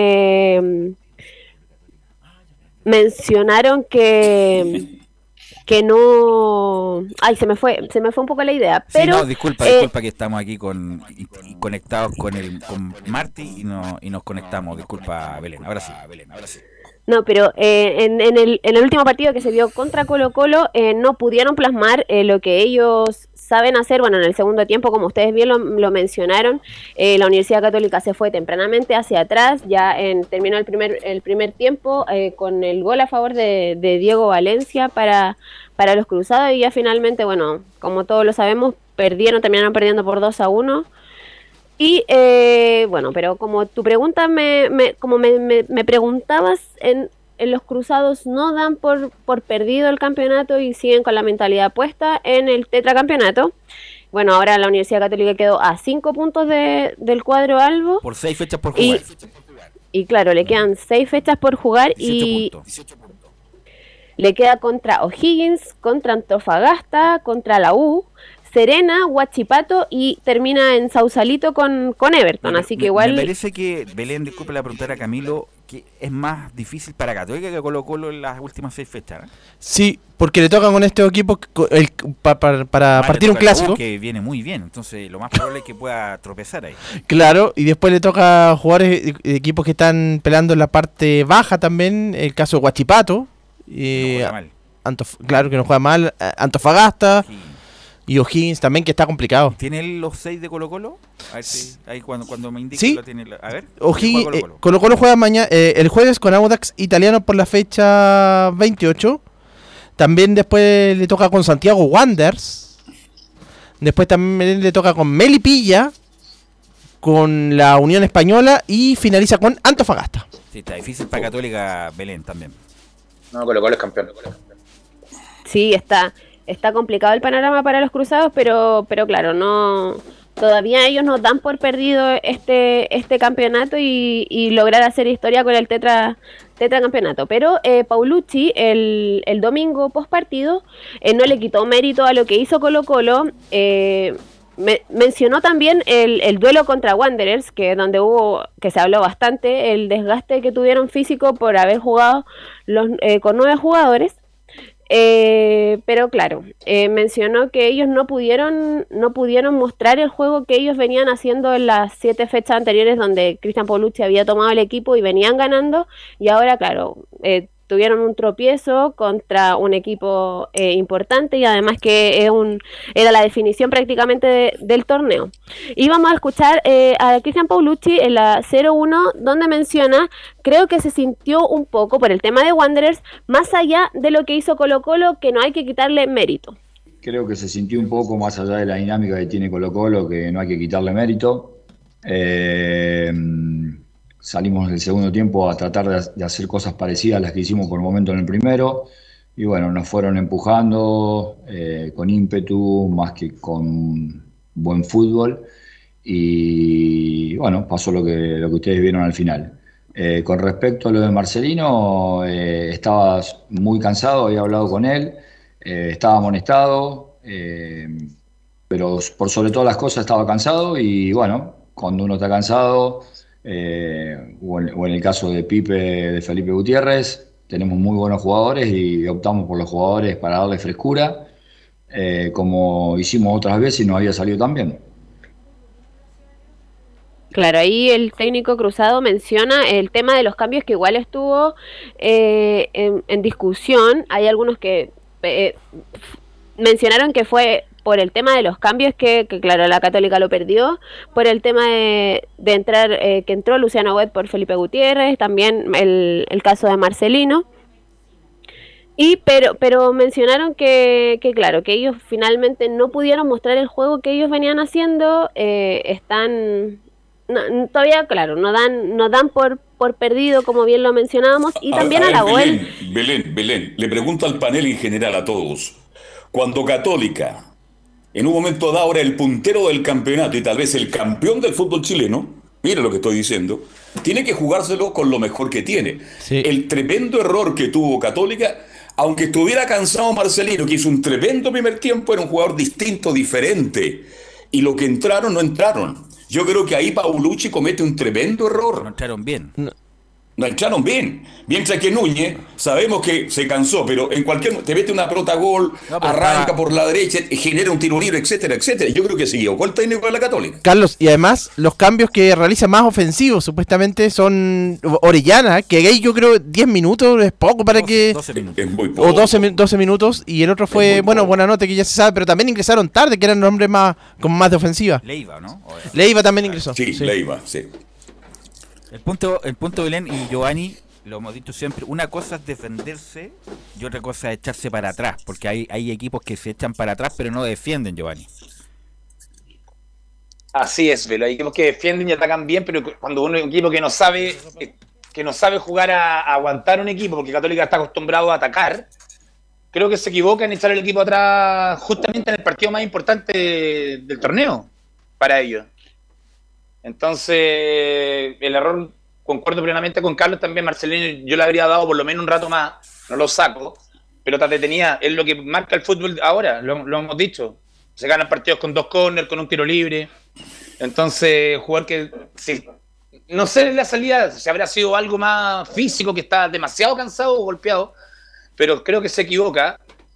mencionaron que no... Ay, se me fue un poco la idea, pero... Sí, no, disculpa que estamos aquí conectados con Marti y nos conectamos. Disculpa, Belén. Ahora sí. No, pero en el último partido que se dio contra Colo-Colo no pudieron plasmar lo que ellos saben hacer. Bueno, en el segundo tiempo, como ustedes bien lo mencionaron, la Universidad Católica se fue tempranamente hacia atrás, ya terminó el primer tiempo con el gol a favor de Diego Valencia para los Cruzados, y ya finalmente, bueno, como todos lo sabemos, terminaron perdiendo por 2-1. Y bueno, pero como tu pregunta me preguntabas, en los Cruzados no dan por perdido el campeonato y siguen con la mentalidad puesta en el tetracampeonato. Bueno, ahora la Universidad Católica quedó a 5 puntos del cuadro albo. Por 6 fechas por jugar. Y claro, le quedan 6 fechas por jugar 18 puntos. Le queda contra O'Higgins, contra Antofagasta, contra la U, Serena, Huachipato y termina en Sausalito con Everton, así que igual... Me parece que, Belén, disculpe la pregunta a Camilo, que es más difícil para Católica que Colo-Colo en las últimas 6 fechas, ¿eh? Sí, porque le tocan con este equipo para partir un clásico. Que viene muy bien, entonces lo más probable es que pueda tropezar ahí. Claro, y después le toca jugar equipos que están peleando en la parte baja también, el caso de Huachipato. No juega mal. Claro que no juega mal, Antofagasta. Sí. Y O'Higgins también, que está complicado. ¿Tiene los 6 de Colo-Colo? A ver si ahí cuando me indique, ¿sí? Lo tiene. A ver. O'Higgins, Colo-Colo juega mañana, el jueves con Audax Italiano por la fecha 28. También después le toca con Santiago Wanderers. Después también le toca con Melipilla, con la Unión Española y finaliza con Antofagasta. Sí, está difícil para Católica, Belén también. No, Colo-Colo es campeón. Sí, está complicado el panorama para los Cruzados, pero claro, no, todavía ellos nos dan por perdido este campeonato y lograr hacer historia con el tetracampeonato. Pero Paulucci el domingo post partido no le quitó mérito a lo que hizo Colo-Colo. Mencionó también el duelo contra Wanderers, que se habló bastante, el desgaste que tuvieron físico por haber jugado con 9 jugadores. Pero claro, mencionó que ellos no pudieron mostrar el juego que ellos venían haciendo en las 7 fechas anteriores, donde Cristian Paulucci había tomado el equipo y venían ganando, y ahora claro, tuvieron un tropiezo contra un equipo importante, y además que era la definición prácticamente del torneo. Y vamos a escuchar a Cristian Paulucci en la 0-1, donde menciona: creo que se sintió un poco por el tema de Wanderers, más allá de lo que hizo Colo-Colo, que no hay que quitarle mérito. Creo que se sintió un poco más allá de la dinámica que tiene Colo-Colo, que no hay que quitarle mérito. Salimos en el segundo tiempo a tratar de hacer cosas parecidas a las que hicimos por momento en el primero, y bueno, nos fueron empujando con ímpetu más que con buen fútbol, y bueno, pasó lo que ustedes vieron al final. Con respecto a lo de Marcelino, estaba muy cansado, había hablado con él, estaba amonestado, pero por sobre todas las cosas estaba cansado y bueno, cuando uno está cansado, o en el caso de Pipe, de Felipe Gutiérrez, tenemos muy buenos jugadores y optamos por los jugadores para darle frescura, como hicimos otras veces y nos había salido tan bien. Claro, ahí el técnico Cruzado menciona el tema de los cambios que igual estuvo en discusión. Hay algunos que mencionaron que fue por el tema de los cambios que claro, la Católica lo perdió, por el tema de entrar, que entró Luciano Huet por Felipe Gutiérrez, también el caso de Marcelino. Pero mencionaron que claro, que ellos finalmente no pudieron mostrar el juego que ellos venían haciendo, todavía, claro, no dan por perdido, como bien lo mencionábamos, y también alabó él. Belén, le pregunto al panel en general, a todos. Cuando Católica, en un momento dado, era el puntero del campeonato y tal vez el campeón del fútbol chileno, mira lo que estoy diciendo, tiene que jugárselo con lo mejor que tiene. Sí. El tremendo error que tuvo Católica, aunque estuviera cansado Marcelino, que hizo un tremendo primer tiempo, era un jugador distinto, diferente. Y lo que entraron, no entraron. Yo creo que ahí Paulucci comete un tremendo error. No entraron bien. No entraron bien. Mientras que Núñez, sabemos que se cansó, pero en cualquier te mete una pelota gol, arranca por la derecha, genera un tiro libre, etcétera, etcétera. Yo creo que sí, o el técnico de la Católica. Carlos, y además los cambios que realiza más ofensivos supuestamente son Orellana, que ahí yo creo 10 minutos es poco para 12 minutos. Es muy poco. O 12 minutos, y el otro fue, bueno, Buenanote, que ya se sabe, pero también ingresaron tarde, que eran hombres con más de ofensiva. Leiva, ¿no? Leiva también ingresó. Sí, Leiva, sí. El punto Belén y Giovanni, lo hemos dicho siempre, una cosa es defenderse y otra cosa es echarse para atrás, porque hay equipos que se echan para atrás pero no defienden, Giovanni. Así es, Velo, hay equipos que defienden y atacan bien, pero cuando un equipo que no sabe jugar a aguantar un equipo, porque Católica está acostumbrado a atacar, creo que se equivoca en echar el equipo atrás justamente en el partido más importante del torneo para ellos. Entonces, el error, concuerdo plenamente con Carlos, también Marcelino, yo le habría dado por lo menos un rato más, no lo saco, pero te tenía, es lo que marca el fútbol ahora, lo hemos dicho, se ganan partidos con 2 córner, con un tiro libre, entonces jugar que, si, no sé la salida, si habrá sido algo más físico, que está demasiado cansado o golpeado, pero creo que se equivoca.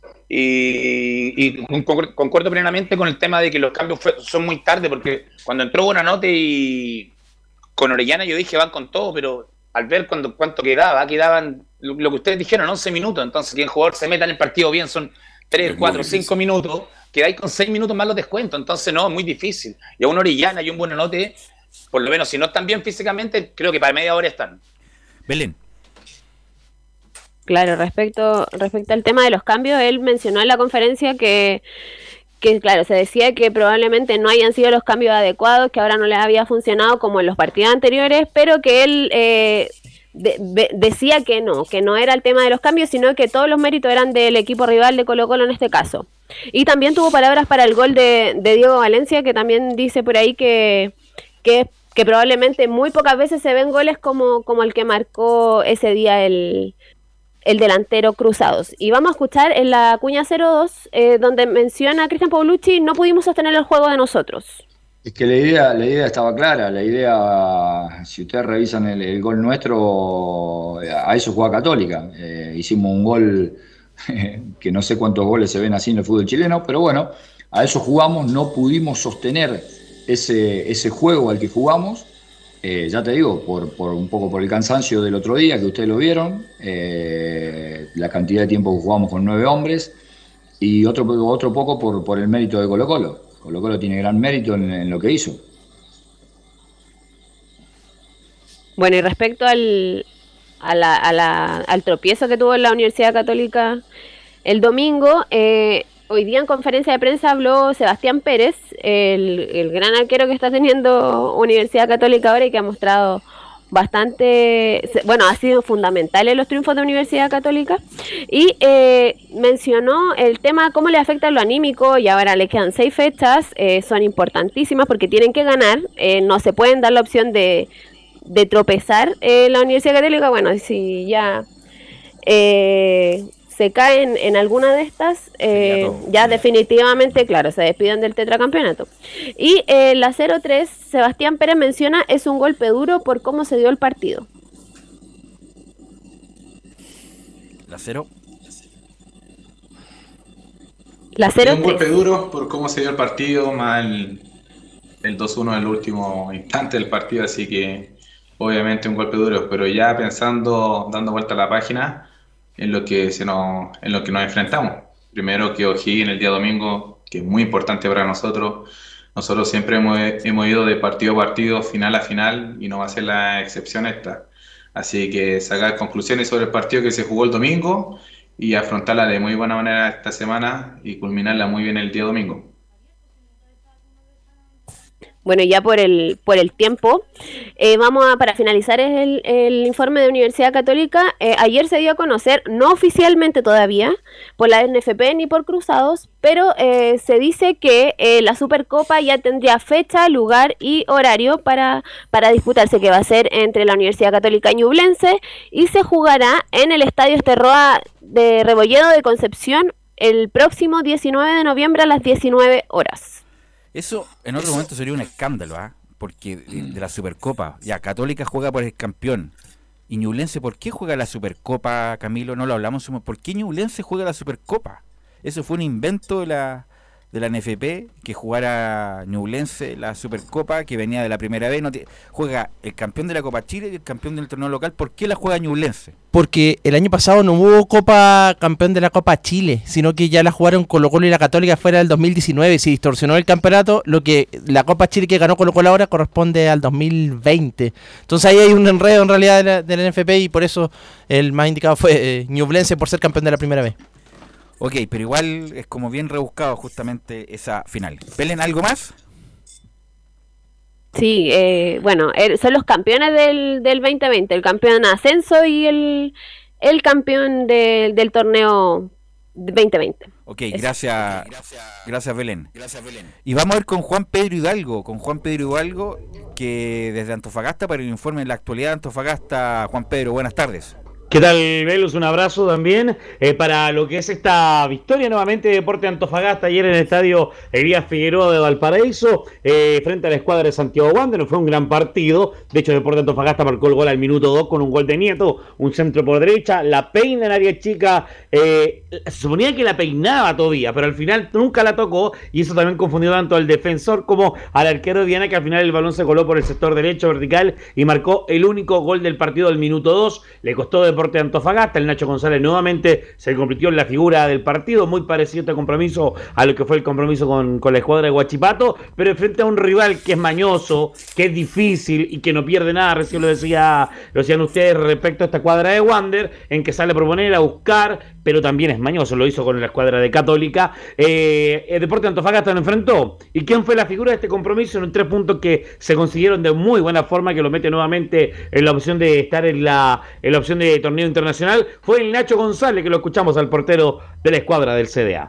Y concuerdo plenamente con el tema de que los cambios son muy tarde, porque cuando entró Buenanote y con Orellana yo dije van con todo, pero al ver cuánto quedaban lo que ustedes dijeron, 11 minutos, entonces que el jugador se meta en el partido bien son 3, 4, 5 minutos, quedáis con 6 minutos más los descuentos, entonces no, es muy difícil. Y a un Orellana y un Buenanote, por lo menos si no están bien físicamente, creo que para media hora están. Belén. Claro, respecto al tema de los cambios, él mencionó en la conferencia que claro, se decía que probablemente no hayan sido los cambios adecuados, que ahora no les había funcionado como en los partidos anteriores, pero que él decía que no era el tema de los cambios, sino que todos los méritos eran del equipo rival de Colo-Colo en este caso. Y también tuvo palabras para el gol de Diego Valencia, que también dice por ahí que probablemente muy pocas veces se ven goles como el que marcó ese día el delantero Cruzados. Y vamos a escuchar en la cuña 02, donde menciona a Cristian Paulucci, no pudimos sostener el juego de nosotros. Es que la idea estaba clara, la idea, si ustedes revisan el gol nuestro, a eso juega Católica. Hicimos un gol que no sé cuántos goles se ven así en el fútbol chileno, pero bueno, a eso jugamos, no pudimos sostener ese juego al que jugamos. Ya te digo, por un poco por el cansancio del otro día, que ustedes lo vieron, la cantidad de tiempo que jugamos con 9 hombres, y otro poco por el mérito de Colo-Colo. Colo-Colo tiene gran mérito en lo que hizo. Bueno, y respecto al tropiezo que tuvo en la Universidad Católica el domingo, hoy día en conferencia de prensa habló Sebastián Pérez, el gran arquero que está teniendo Universidad Católica ahora y que ha mostrado bastante, bueno, ha sido fundamental en los triunfos de Universidad Católica, y mencionó el tema cómo le afecta lo anímico, y ahora le quedan 6 fechas, son importantísimas porque tienen que ganar, no se pueden dar la opción de de tropezar la Universidad Católica, bueno, si ya se caen en alguna de estas, ya definitivamente, claro, se despiden del tetracampeonato. Y la 0-3, Sebastián Pérez menciona, es un golpe duro por cómo se dio el partido. La 0. La 0-3. Un golpe duro por cómo se dio el partido, más el 2-1 en el último instante del partido, así que obviamente un golpe duro, pero ya pensando, dando vuelta a la página, en lo que nos enfrentamos. Primero que O'Higgins el día domingo, que es muy importante para nosotros. Nosotros siempre hemos ido de partido a partido, final a final, y no va a ser la excepción esta. Así que sacar conclusiones sobre el partido que se jugó el domingo y afrontarla de muy buena manera esta semana y culminarla muy bien el día domingo. Bueno, ya por el tiempo, para finalizar el informe de Universidad Católica. Ayer se dio a conocer, no oficialmente todavía, por la NFP ni por Cruzados, pero se dice que la Supercopa ya tendría fecha, lugar y horario para disputarse, que va a ser entre la Universidad Católica y Ñublense, y se jugará en el Estadio Esterroa de Rebolledo de Concepción el próximo 19 de noviembre a las 19 horas. Eso en otro momento sería un escándalo, ¿ah? Porque de la Supercopa, ya Católica juega por el campeón. Y Ñublense, ¿por qué juega la Supercopa, Camilo? No lo hablamos. ¿Por qué Ñublense juega la Supercopa? Eso fue un invento de la NFP, que jugara Ñublense la Supercopa, que venía de la primera vez. Juega el campeón de la Copa Chile y el campeón del torneo local. ¿Por qué la juega Ñublense? Porque el año pasado no hubo Copa campeón de la Copa Chile, sino que ya la jugaron Colo-Colo y la Católica fuera del 2019. Se distorsionó el campeonato, lo que la Copa Chile que ganó Colo-Colo ahora corresponde al 2020. Entonces ahí hay un enredo en realidad de la NFP, y por eso el más indicado fue Ñublense por ser campeón de la primera vez. Ok, pero igual es como bien rebuscado justamente esa final. ¿Pelen algo más? Sí, son los campeones del 2020, el campeón ascenso y el campeón del torneo 2020. Ok, gracias Belén. Y vamos a ver con Juan Pedro Hidalgo, que desde Antofagasta para el informe de la actualidad de Antofagasta. Juan Pedro, buenas tardes. ¿Qué tal, Velus? Un abrazo también para lo que es esta victoria nuevamente de Deportes Antofagasta ayer en el estadio Elías Figueroa de Valparaíso frente a la escuadra de Santiago Wanderers. Fue un gran partido. De hecho, Deportes Antofagasta marcó el gol al minuto 2 con un gol de Nieto, un centro por derecha, la peina en área chica. Se suponía que la peinaba todavía, pero al final nunca la tocó, y eso también confundió tanto al defensor como al arquero de Viana, que al final el balón se coló por el sector derecho vertical y marcó el único gol del partido del minuto 2. Le costó Deportes Antofagasta. El Nacho González nuevamente se convirtió en la figura del partido, muy parecido este compromiso a lo que fue el compromiso con la escuadra de Huachipato, pero frente a un rival que es mañoso, que es difícil y que no pierde nada. Recién lo decían ustedes respecto a esta escuadra de Wander, en que sale a proponer, a buscar, pero también es mañoso. Lo hizo con la escuadra de Católica. El Deportes Antofagasta lo enfrentó. ¿Y quién fue la figura de este compromiso? En 3 puntos que se consiguieron de muy buena forma, que lo mete nuevamente en la opción de estar en la opción de torneo internacional, fue el Nacho González, que lo escuchamos al portero de la escuadra del CDA.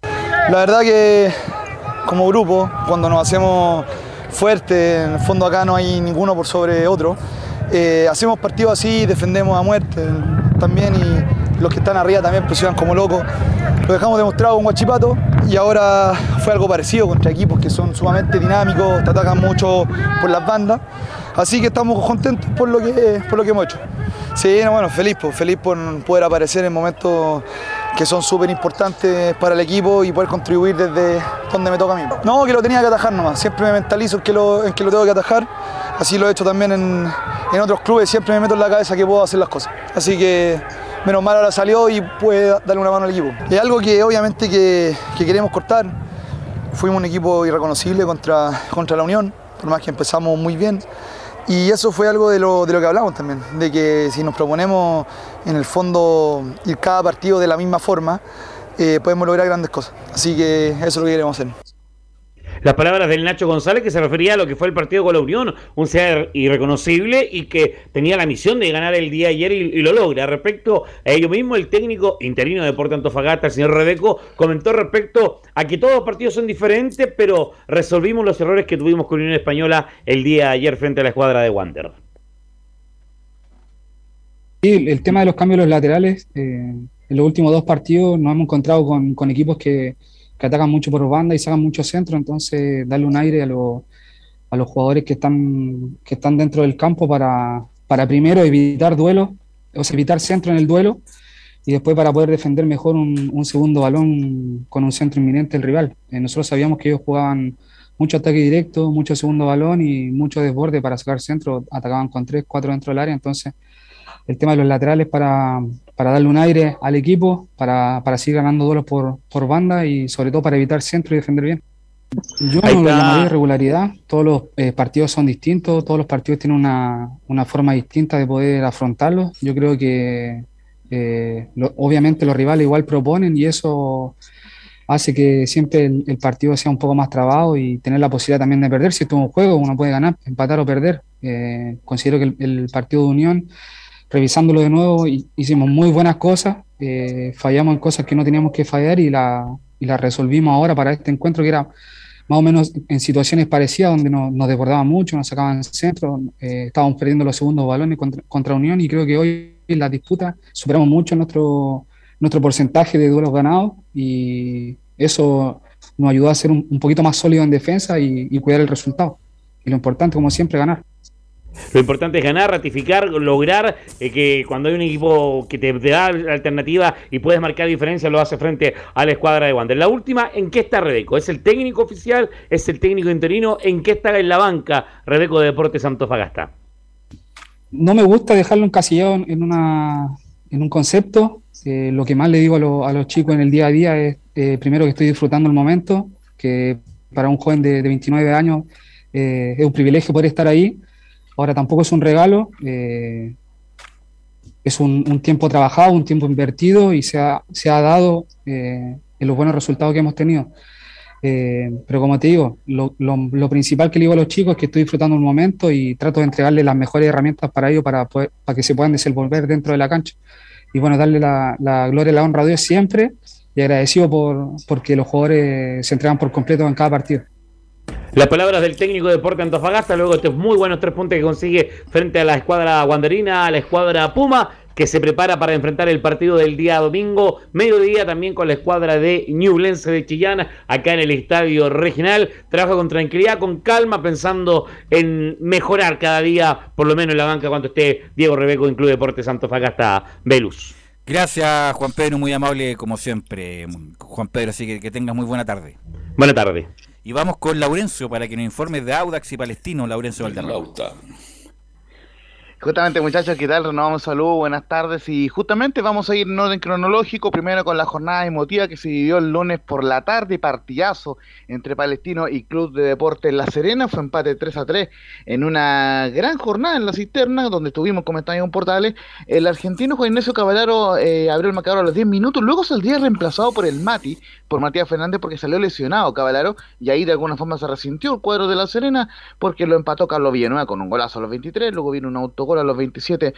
La verdad que como grupo, cuando nos hacemos fuertes, en el fondo acá no hay ninguno por sobre otro, hacemos partidos así, defendemos a muerte también, y los que están arriba también presionan como locos. Lo dejamos demostrado con Huachipato, y ahora fue algo parecido contra equipos que son sumamente dinámicos, te atacan mucho por las bandas, así que estamos contentos por lo que hemos hecho. Sí, bueno, feliz por poder aparecer en momentos que son súper importantes para el equipo y poder contribuir desde donde me toca a mí. No, que lo tenía que atajar nomás, siempre me mentalizo en que lo tengo que atajar, así lo he hecho también en otros clubes, siempre me meto en la cabeza que puedo hacer las cosas. Así que menos mal ahora salió y puede darle una mano al equipo. Es algo que obviamente que queremos cortar. Fuimos un equipo irreconocible contra la Unión, por más que empezamos muy bien. Y eso fue algo de lo que hablamos también, de que si nos proponemos en el fondo ir cada partido de la misma forma, podemos lograr grandes cosas. Así que eso es lo que queremos hacer. Las palabras del Nacho González, que se refería a lo que fue el partido con la Unión, un ser irreconocible y que tenía la misión de ganar el día de ayer y lo logra. Respecto a ello mismo, el técnico interino de Deportes Antofagasta, el señor Rebeco, comentó respecto a que todos los partidos son diferentes, pero resolvimos los errores que tuvimos con Unión Española el día de ayer frente a la escuadra de Wander. el tema de los cambios de los laterales, en los últimos 2 partidos nos hemos encontrado con equipos que atacan mucho por banda y sacan mucho centro, entonces darle un aire a los jugadores que están dentro del campo para primero evitar duelos, o sea, evitar centro en el duelo, y después para poder defender mejor un segundo balón con un centro inminente del rival. Nosotros sabíamos que ellos jugaban mucho ataque directo, mucho segundo balón y mucho desborde para sacar centro, atacaban con 3, 4 dentro del área, entonces el tema de los laterales para darle un aire al equipo, para seguir ganando duelos por banda y sobre todo para evitar centro y defender bien. Yo no lo llamaría irregularidad, todos los partidos son distintos, todos los partidos tienen una forma distinta de poder afrontarlos. Yo creo que obviamente los rivales igual proponen y eso hace que siempre el partido sea un poco más trabado y tener la posibilidad también de perder. Si esto es un juego, uno puede ganar, empatar o perder. Considero que el partido de Unión, revisándolo de nuevo, hicimos muy buenas cosas, fallamos en cosas que no teníamos que fallar y la resolvimos ahora para este encuentro, que era más o menos en situaciones parecidas, donde nos desbordaban mucho, nos sacaban centro, estábamos perdiendo los segundos balones contra Unión, y creo que hoy en la disputa superamos mucho nuestro porcentaje de duelos ganados, y eso nos ayudó a ser un poquito más sólido en defensa y cuidar el resultado. Y lo importante, como siempre, ganar. Lo importante es ganar, ratificar, lograr que cuando hay un equipo que te da alternativa y puedes marcar diferencia, lo hace frente a la escuadra de Wander. La última, ¿en qué está Rebeco? ¿Es el técnico oficial? ¿Es el técnico interino? ¿En qué está en la banca Rebeco de Deportes Antofagasta? No me gusta dejarlo encasillado en un concepto. Lo que más le digo a los chicos en el día a día es, primero, que estoy disfrutando el momento, que para un joven de 29 años es un privilegio poder estar ahí. Ahora tampoco es un regalo, es un tiempo trabajado, un tiempo invertido, y se ha dado en los buenos resultados que hemos tenido. Pero como te digo, lo principal que le digo a los chicos es que estoy disfrutando el momento y trato de entregarles las mejores herramientas para ellos, para que se puedan desenvolver dentro de la cancha. Y bueno, darle la gloria y la honra a Dios siempre, y agradecido porque los jugadores se entregan por completo en cada partido. Las palabras del técnico de Deportes Antofagasta, luego de estos muy buenos 3 puntos que consigue frente a la escuadra wanderina, a la escuadra Puma, que se prepara para enfrentar el partido del día domingo, mediodía, también con la escuadra de Ñublense de Chillán, acá en el Estadio Regional. Trabaja con tranquilidad, con calma, pensando en mejorar cada día, por lo menos en la banca, cuando esté Diego Rebeco en Club Deportes Antofagasta. Velus. Gracias, Juan Pedro, muy amable como siempre, Juan Pedro, así que tengas muy buena tarde. Buena tarde. Y vamos con Laurencio para que nos informe de Audax y Palestino. Laurencio Valderrama. Justamente, muchachos, ¿qué tal? Renovamos saludos, buenas tardes, y justamente vamos a ir en orden cronológico, primero con la jornada emotiva que se vivió el lunes por la tarde, partidazo entre Palestino y Club de Deportes La Serena, fue empate 3-3 en una gran jornada en la cisterna, donde estuvimos comentando en Portales. El argentino Juan Ignacio Caballero abrió el marcador a los 10 minutos, luego saldría reemplazado por Matías Fernández, porque salió lesionado Caballero, y ahí de alguna forma se resintió el cuadro de La Serena, porque lo empató Carlos Villanueva con un golazo a los 23, luego vino un autogol a los 27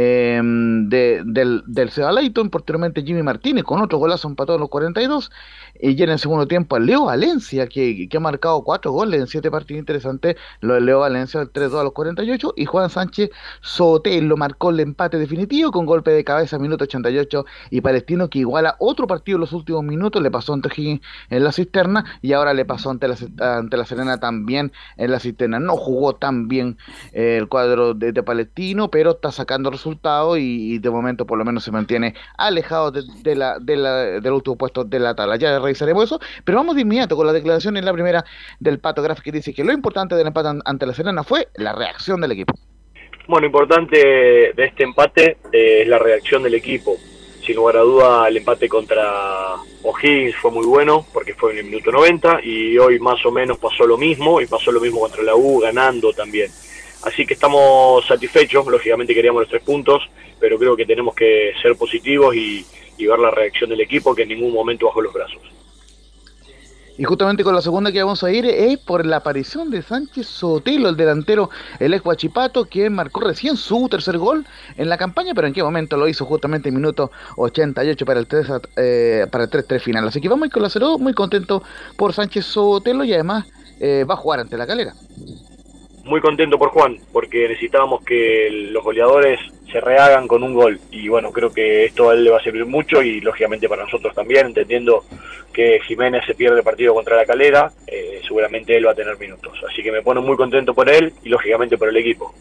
del Seba Leighton, posteriormente Jimmy Martínez con otro golazo empató a los 42, y ya en el segundo tiempo Leo Valencia, que ha marcado 4 goles en 7 partidos interesantes, lo de Leo Valencia, el 3-2 a los 48, y Juan Sánchez Sotelo marcó el empate definitivo con golpe de cabeza minuto 88, y Palestino, que iguala otro partido en los últimos minutos, le pasó ante Higgins en la cisterna, y ahora le pasó ante la Serena también en la cisterna. No jugó tan bien el cuadro de Palestino, pero está sacando resultados y de momento por lo menos se mantiene alejado del último puesto de la tabla. Ya revisaremos eso, pero vamos de inmediato con la declaración en la primera del Pato Graf, que dice que lo importante del empate ante la Serena fue la reacción del equipo. Bueno, importante de este empate es la reacción del equipo. Sin lugar a duda, el empate contra O'Higgins fue muy bueno, porque fue en el minuto 90, y hoy más o menos pasó lo mismo, y pasó lo mismo contra la U, ganando también. Así que estamos satisfechos, lógicamente queríamos los 3 puntos, pero creo que tenemos que ser positivos y ver la reacción del equipo, que en ningún momento bajó los brazos. Y justamente con la segunda que vamos a ir es por la aparición de Sánchez Sotelo, el delantero, el ex Huachipato, que marcó recién su tercer gol en la campaña, pero en qué momento lo hizo, justamente en minuto 88 para el 3-3 final. Así que vamos a ir con la 0, muy contento por Sánchez Sotelo, y además va a jugar ante La Calera. Muy contento por Juan, porque necesitábamos que los goleadores se rehagan con un gol. Y bueno, creo que esto a él le va a servir mucho y lógicamente para nosotros también, entendiendo que Jiménez se pierde el partido contra La Calera, seguramente él va a tener minutos. Así que me pone muy contento por él y lógicamente por el equipo.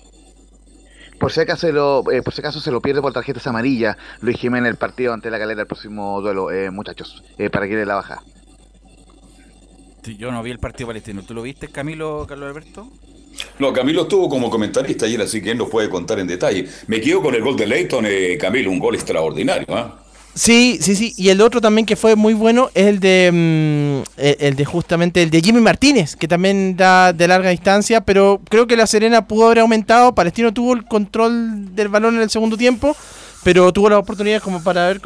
Por si acaso se lo pierde por tarjetas amarillas Luis Jiménez el partido ante La Calera el próximo duelo, muchachos, para que le la baja. Sí, yo no vi el partido palestino. ¿Tú lo viste, Camilo, Carlos Alberto? No, Camilo estuvo como comentarista ayer, así que él nos puede contar en detalle. Me quedo con el gol de Leighton, Camilo, un gol extraordinario, ¿ah? Sí. Y el otro también que fue muy bueno es el de justamente el de Jimmy Martínez, que también da de larga distancia, pero creo que La Serena pudo haber aumentado. Palestino tuvo el control del balón en el segundo tiempo, pero tuvo la oportunidad como para haber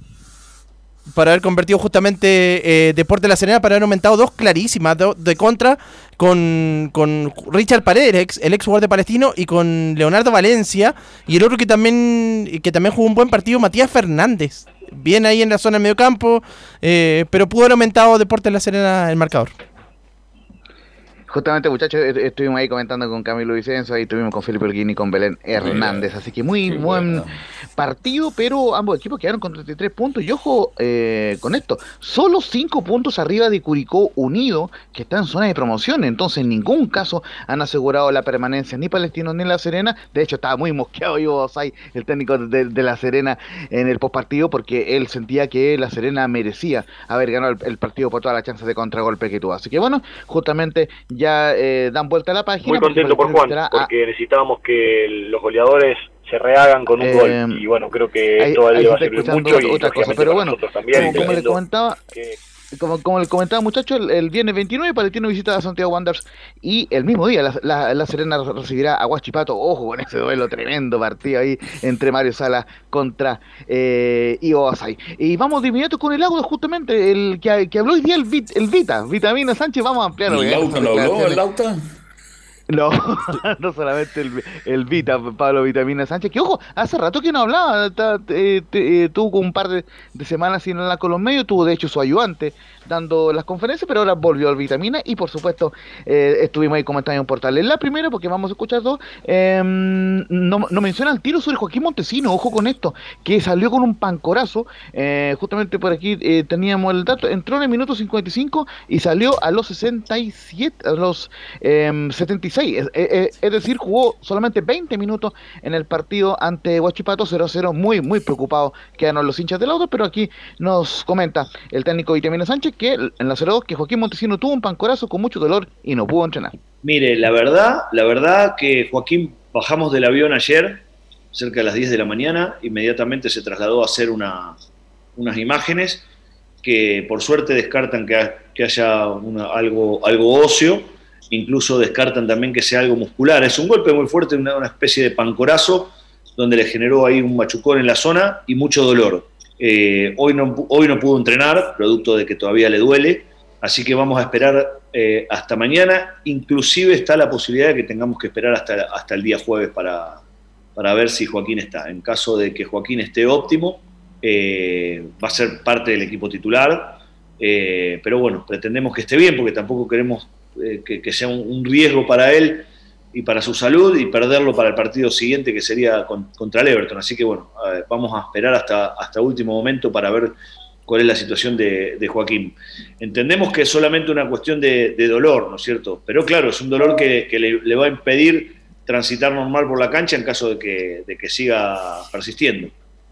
convertido justamente Deportes La Serena, para haber aumentado dos clarísimas de contra con Richard Paredes, el ex jugador de Palestino, y con Leonardo Valencia, y el otro que también jugó un buen partido, Matías Fernández, bien ahí en la zona del medio campo, pero pudo haber aumentado Deportes La Serena el marcador. Justamente, muchachos, estuvimos ahí comentando con Camilo Vicenzo, ahí estuvimos con Felipe Olguín y con Belén Hernández, así que muy buen partido, pero ambos equipos quedaron con 33 puntos, y ojo con esto, solo 5 puntos arriba de Curicó Unido, que está en zona de promoción, entonces en ningún caso han asegurado la permanencia ni Palestino ni La Serena. De hecho estaba muy mosqueado Ivo Osay, el técnico de La Serena, en el postpartido, porque él sentía que La Serena merecía haber ganado el partido por todas las chances de contragolpe que tuvo, así que bueno, justamente ya dan vuelta a la página. Muy contento por Juan, porque necesitábamos que los goleadores se rehagan con un gol, y bueno, creo que esto a él le va a servir mucho, y otra cosa, pero bueno, también, como le comentaba, como le comentaba, muchachos, el viernes 29 Palestino visita a Santiago Wanderers, y el mismo día la Serena recibirá a Huachipato. Ojo con ese duelo, tremendo partido ahí entre Mario Sala contra Ivo Osay. Y vamos de inmediato con el audio, justamente el que habló hoy día el Vitamina Sánchez. Vamos a ampliar. ¿El Lauta no habló? ¿El Lauta? No, no solamente el Pablo Vitamina Sánchez, que ojo, hace rato que no hablaba, tuvo un par de semanas sin hablar con los medios, tuvo de hecho su ayudante dando las conferencias, pero ahora volvió al Vitamina, y por supuesto estuvimos ahí comentando en portales. La primera, porque vamos a escuchar dos, no menciona el tiro sobre Joaquín Montesino, ojo con esto, que salió con un pancorazo, justamente por aquí teníamos el dato, entró en el minuto 55 y salió a los 67, a los 76. Es decir, jugó solamente 20 minutos en el partido ante Huachipato, 0-0, muy preocupado quedaron los hinchas del auto, pero aquí nos comenta el técnico Vitamina Sánchez que en la 0-2 que Joaquín Montesino tuvo un pancorazo con mucho dolor y no pudo entrenar. Mire, la verdad que Joaquín, bajamos del avión ayer, cerca de las 10 de la mañana, inmediatamente se trasladó a hacer unas imágenes que por suerte descartan que haya algo óseo. Incluso descartan también que sea algo muscular. Es un golpe muy fuerte, una especie de pancorazo, donde le generó ahí un machucón en la zona y mucho dolor. Hoy no pudo entrenar, producto de que todavía le duele, así que vamos a esperar hasta mañana. Inclusive está la posibilidad de que tengamos que esperar hasta el día jueves para ver si Joaquín está. En caso de que Joaquín esté óptimo, va a ser parte del equipo titular, pero bueno, pretendemos que esté bien, porque tampoco queremos que sea un riesgo para él y para su salud, y perderlo para el partido siguiente, que sería contra el Everton. Así que bueno, vamos a esperar hasta último momento para ver cuál es la situación de Joaquín. Entendemos que es solamente una cuestión de dolor, ¿no es cierto? Pero claro, es un dolor que le va a impedir transitar normal por la cancha en caso de que siga persistiendo.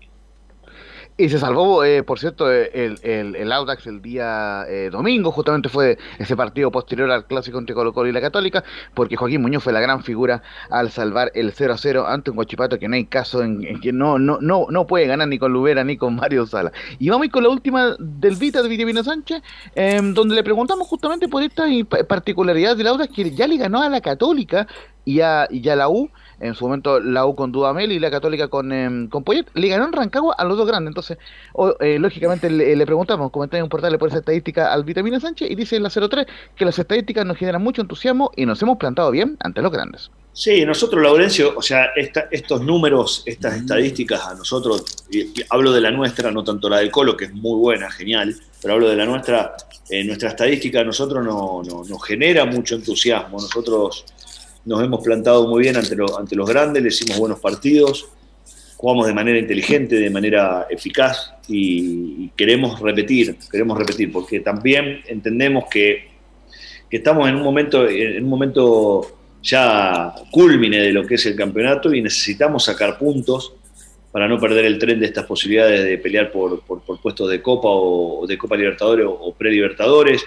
Y se salvó, por cierto, el Audax el día domingo, justamente fue ese partido posterior al clásico entre Colo-Colo y la Católica, porque Joaquín Muñoz fue la gran figura al salvar el 0-0 ante un Huachipato que no hay caso en que no puede ganar ni con Lubera ni con Mario Sala. Y vamos a ir con la última del Vita de Vitamina Sánchez, donde le preguntamos justamente por esta particularidad del Audax, que ya le ganó a la Católica y a la U. En su momento la U con Dudamel y la Católica con Poyet, le ganó en Rancagua a los dos grandes. Entonces, lógicamente le preguntamos, comenté en un portal por esa estadística al Vitamina Sánchez, y dice en la 03 que las estadísticas nos generan mucho entusiasmo y nos hemos plantado bien ante los grandes. Sí, nosotros, Laurencio, o sea, estos números, estas estadísticas a nosotros, y hablo de la nuestra, no tanto la del Colo, que es muy buena, genial, pero hablo de la nuestra estadística a nosotros nos genera mucho entusiasmo. Nosotros nos hemos plantado muy bien ante los grandes, le hicimos buenos partidos, jugamos de manera inteligente, de manera eficaz y queremos repetir, porque también entendemos que estamos en un momento ya cúlmine de lo que es el campeonato y necesitamos sacar puntos para no perder el tren de estas posibilidades de pelear por puestos de Copa o de Copa Libertadores o Prelibertadores,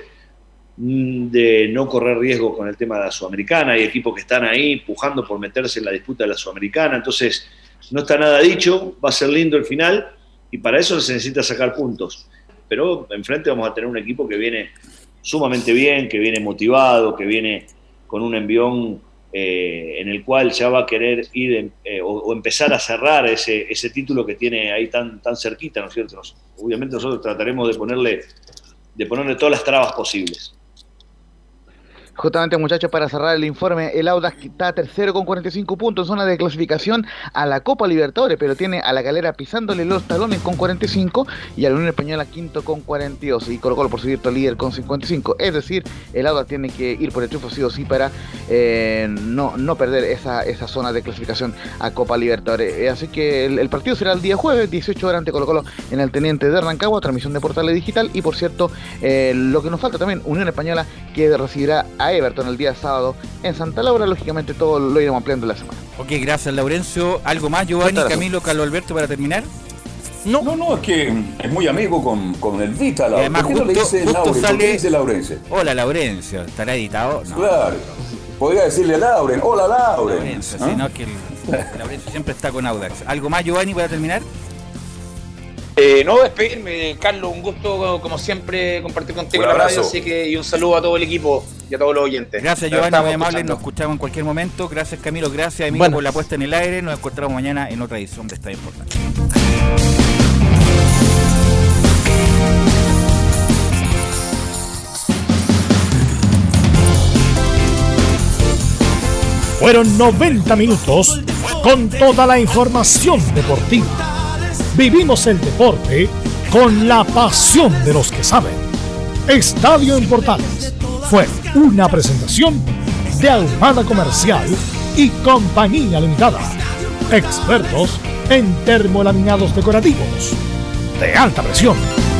de no correr riesgo con el tema de la Sudamericana. Hay equipos que están ahí pujando por meterse en la disputa de la Sudamericana, entonces no está nada dicho, va a ser lindo el final y para eso se necesita sacar puntos. Pero enfrente vamos a tener un equipo que viene sumamente bien, que viene motivado, que viene con un envión en el cual ya va a querer ir o empezar a cerrar ese título que tiene ahí tan cerquita, ¿no es cierto? Obviamente nosotros trataremos de ponerle todas las trabas posibles. Justamente, muchachos, para cerrar el informe, el Audax está tercero con 45 puntos en zona de clasificación a la Copa Libertadores, pero tiene a La Calera pisándole los talones con 45 y a la Unión Española quinto con 42 y Colo-Colo por cierto líder con 55. Es decir, el Audax tiene que ir por el triunfo sí o sí para no perder esa zona de clasificación a Copa Libertadores. Así que el partido será el día jueves, 18 horas ante Colo-Colo en el Teniente de Rancagua, transmisión de Portales Digital. Y por cierto, lo que nos falta también, Unión Española que recibirá a Everton el día sábado en Santa Laura. Lógicamente todo lo iremos ampliando en la semana. Ok, gracias Laurencio. ¿Algo más, Giovanni, Camilo, Carlos Alberto, para terminar? No, es que es muy amigo con el Vita. Además, ¿Por qué no le dice Laurencio? ¿Por qué dice Laurencio? Hola, Laurencio. ¿Estará editado? No. Claro. Podría decirle a Lauren. Hola, Lauren. Laurencio, sino que Laurencio siempre está con Audax. ¿Algo más, Giovanni, para terminar? No, despedirme, Carlos, un gusto como siempre compartir contigo en la radio, así que y un saludo a todo el equipo y a todos los oyentes. Gracias, Giovanni, muy amable, nos escuchamos en cualquier momento. Gracias, Camilo, gracias, amigo, por la puesta en el aire. Nos encontramos mañana en otra edición de Estadio Portales. Fueron 90 minutos con toda la información deportiva. Vivimos el deporte con la pasión de los que saben. Estadio en Portales fue una presentación de Ahumada Comercial y Compañía Limitada. Expertos en termolaminados decorativos de alta presión.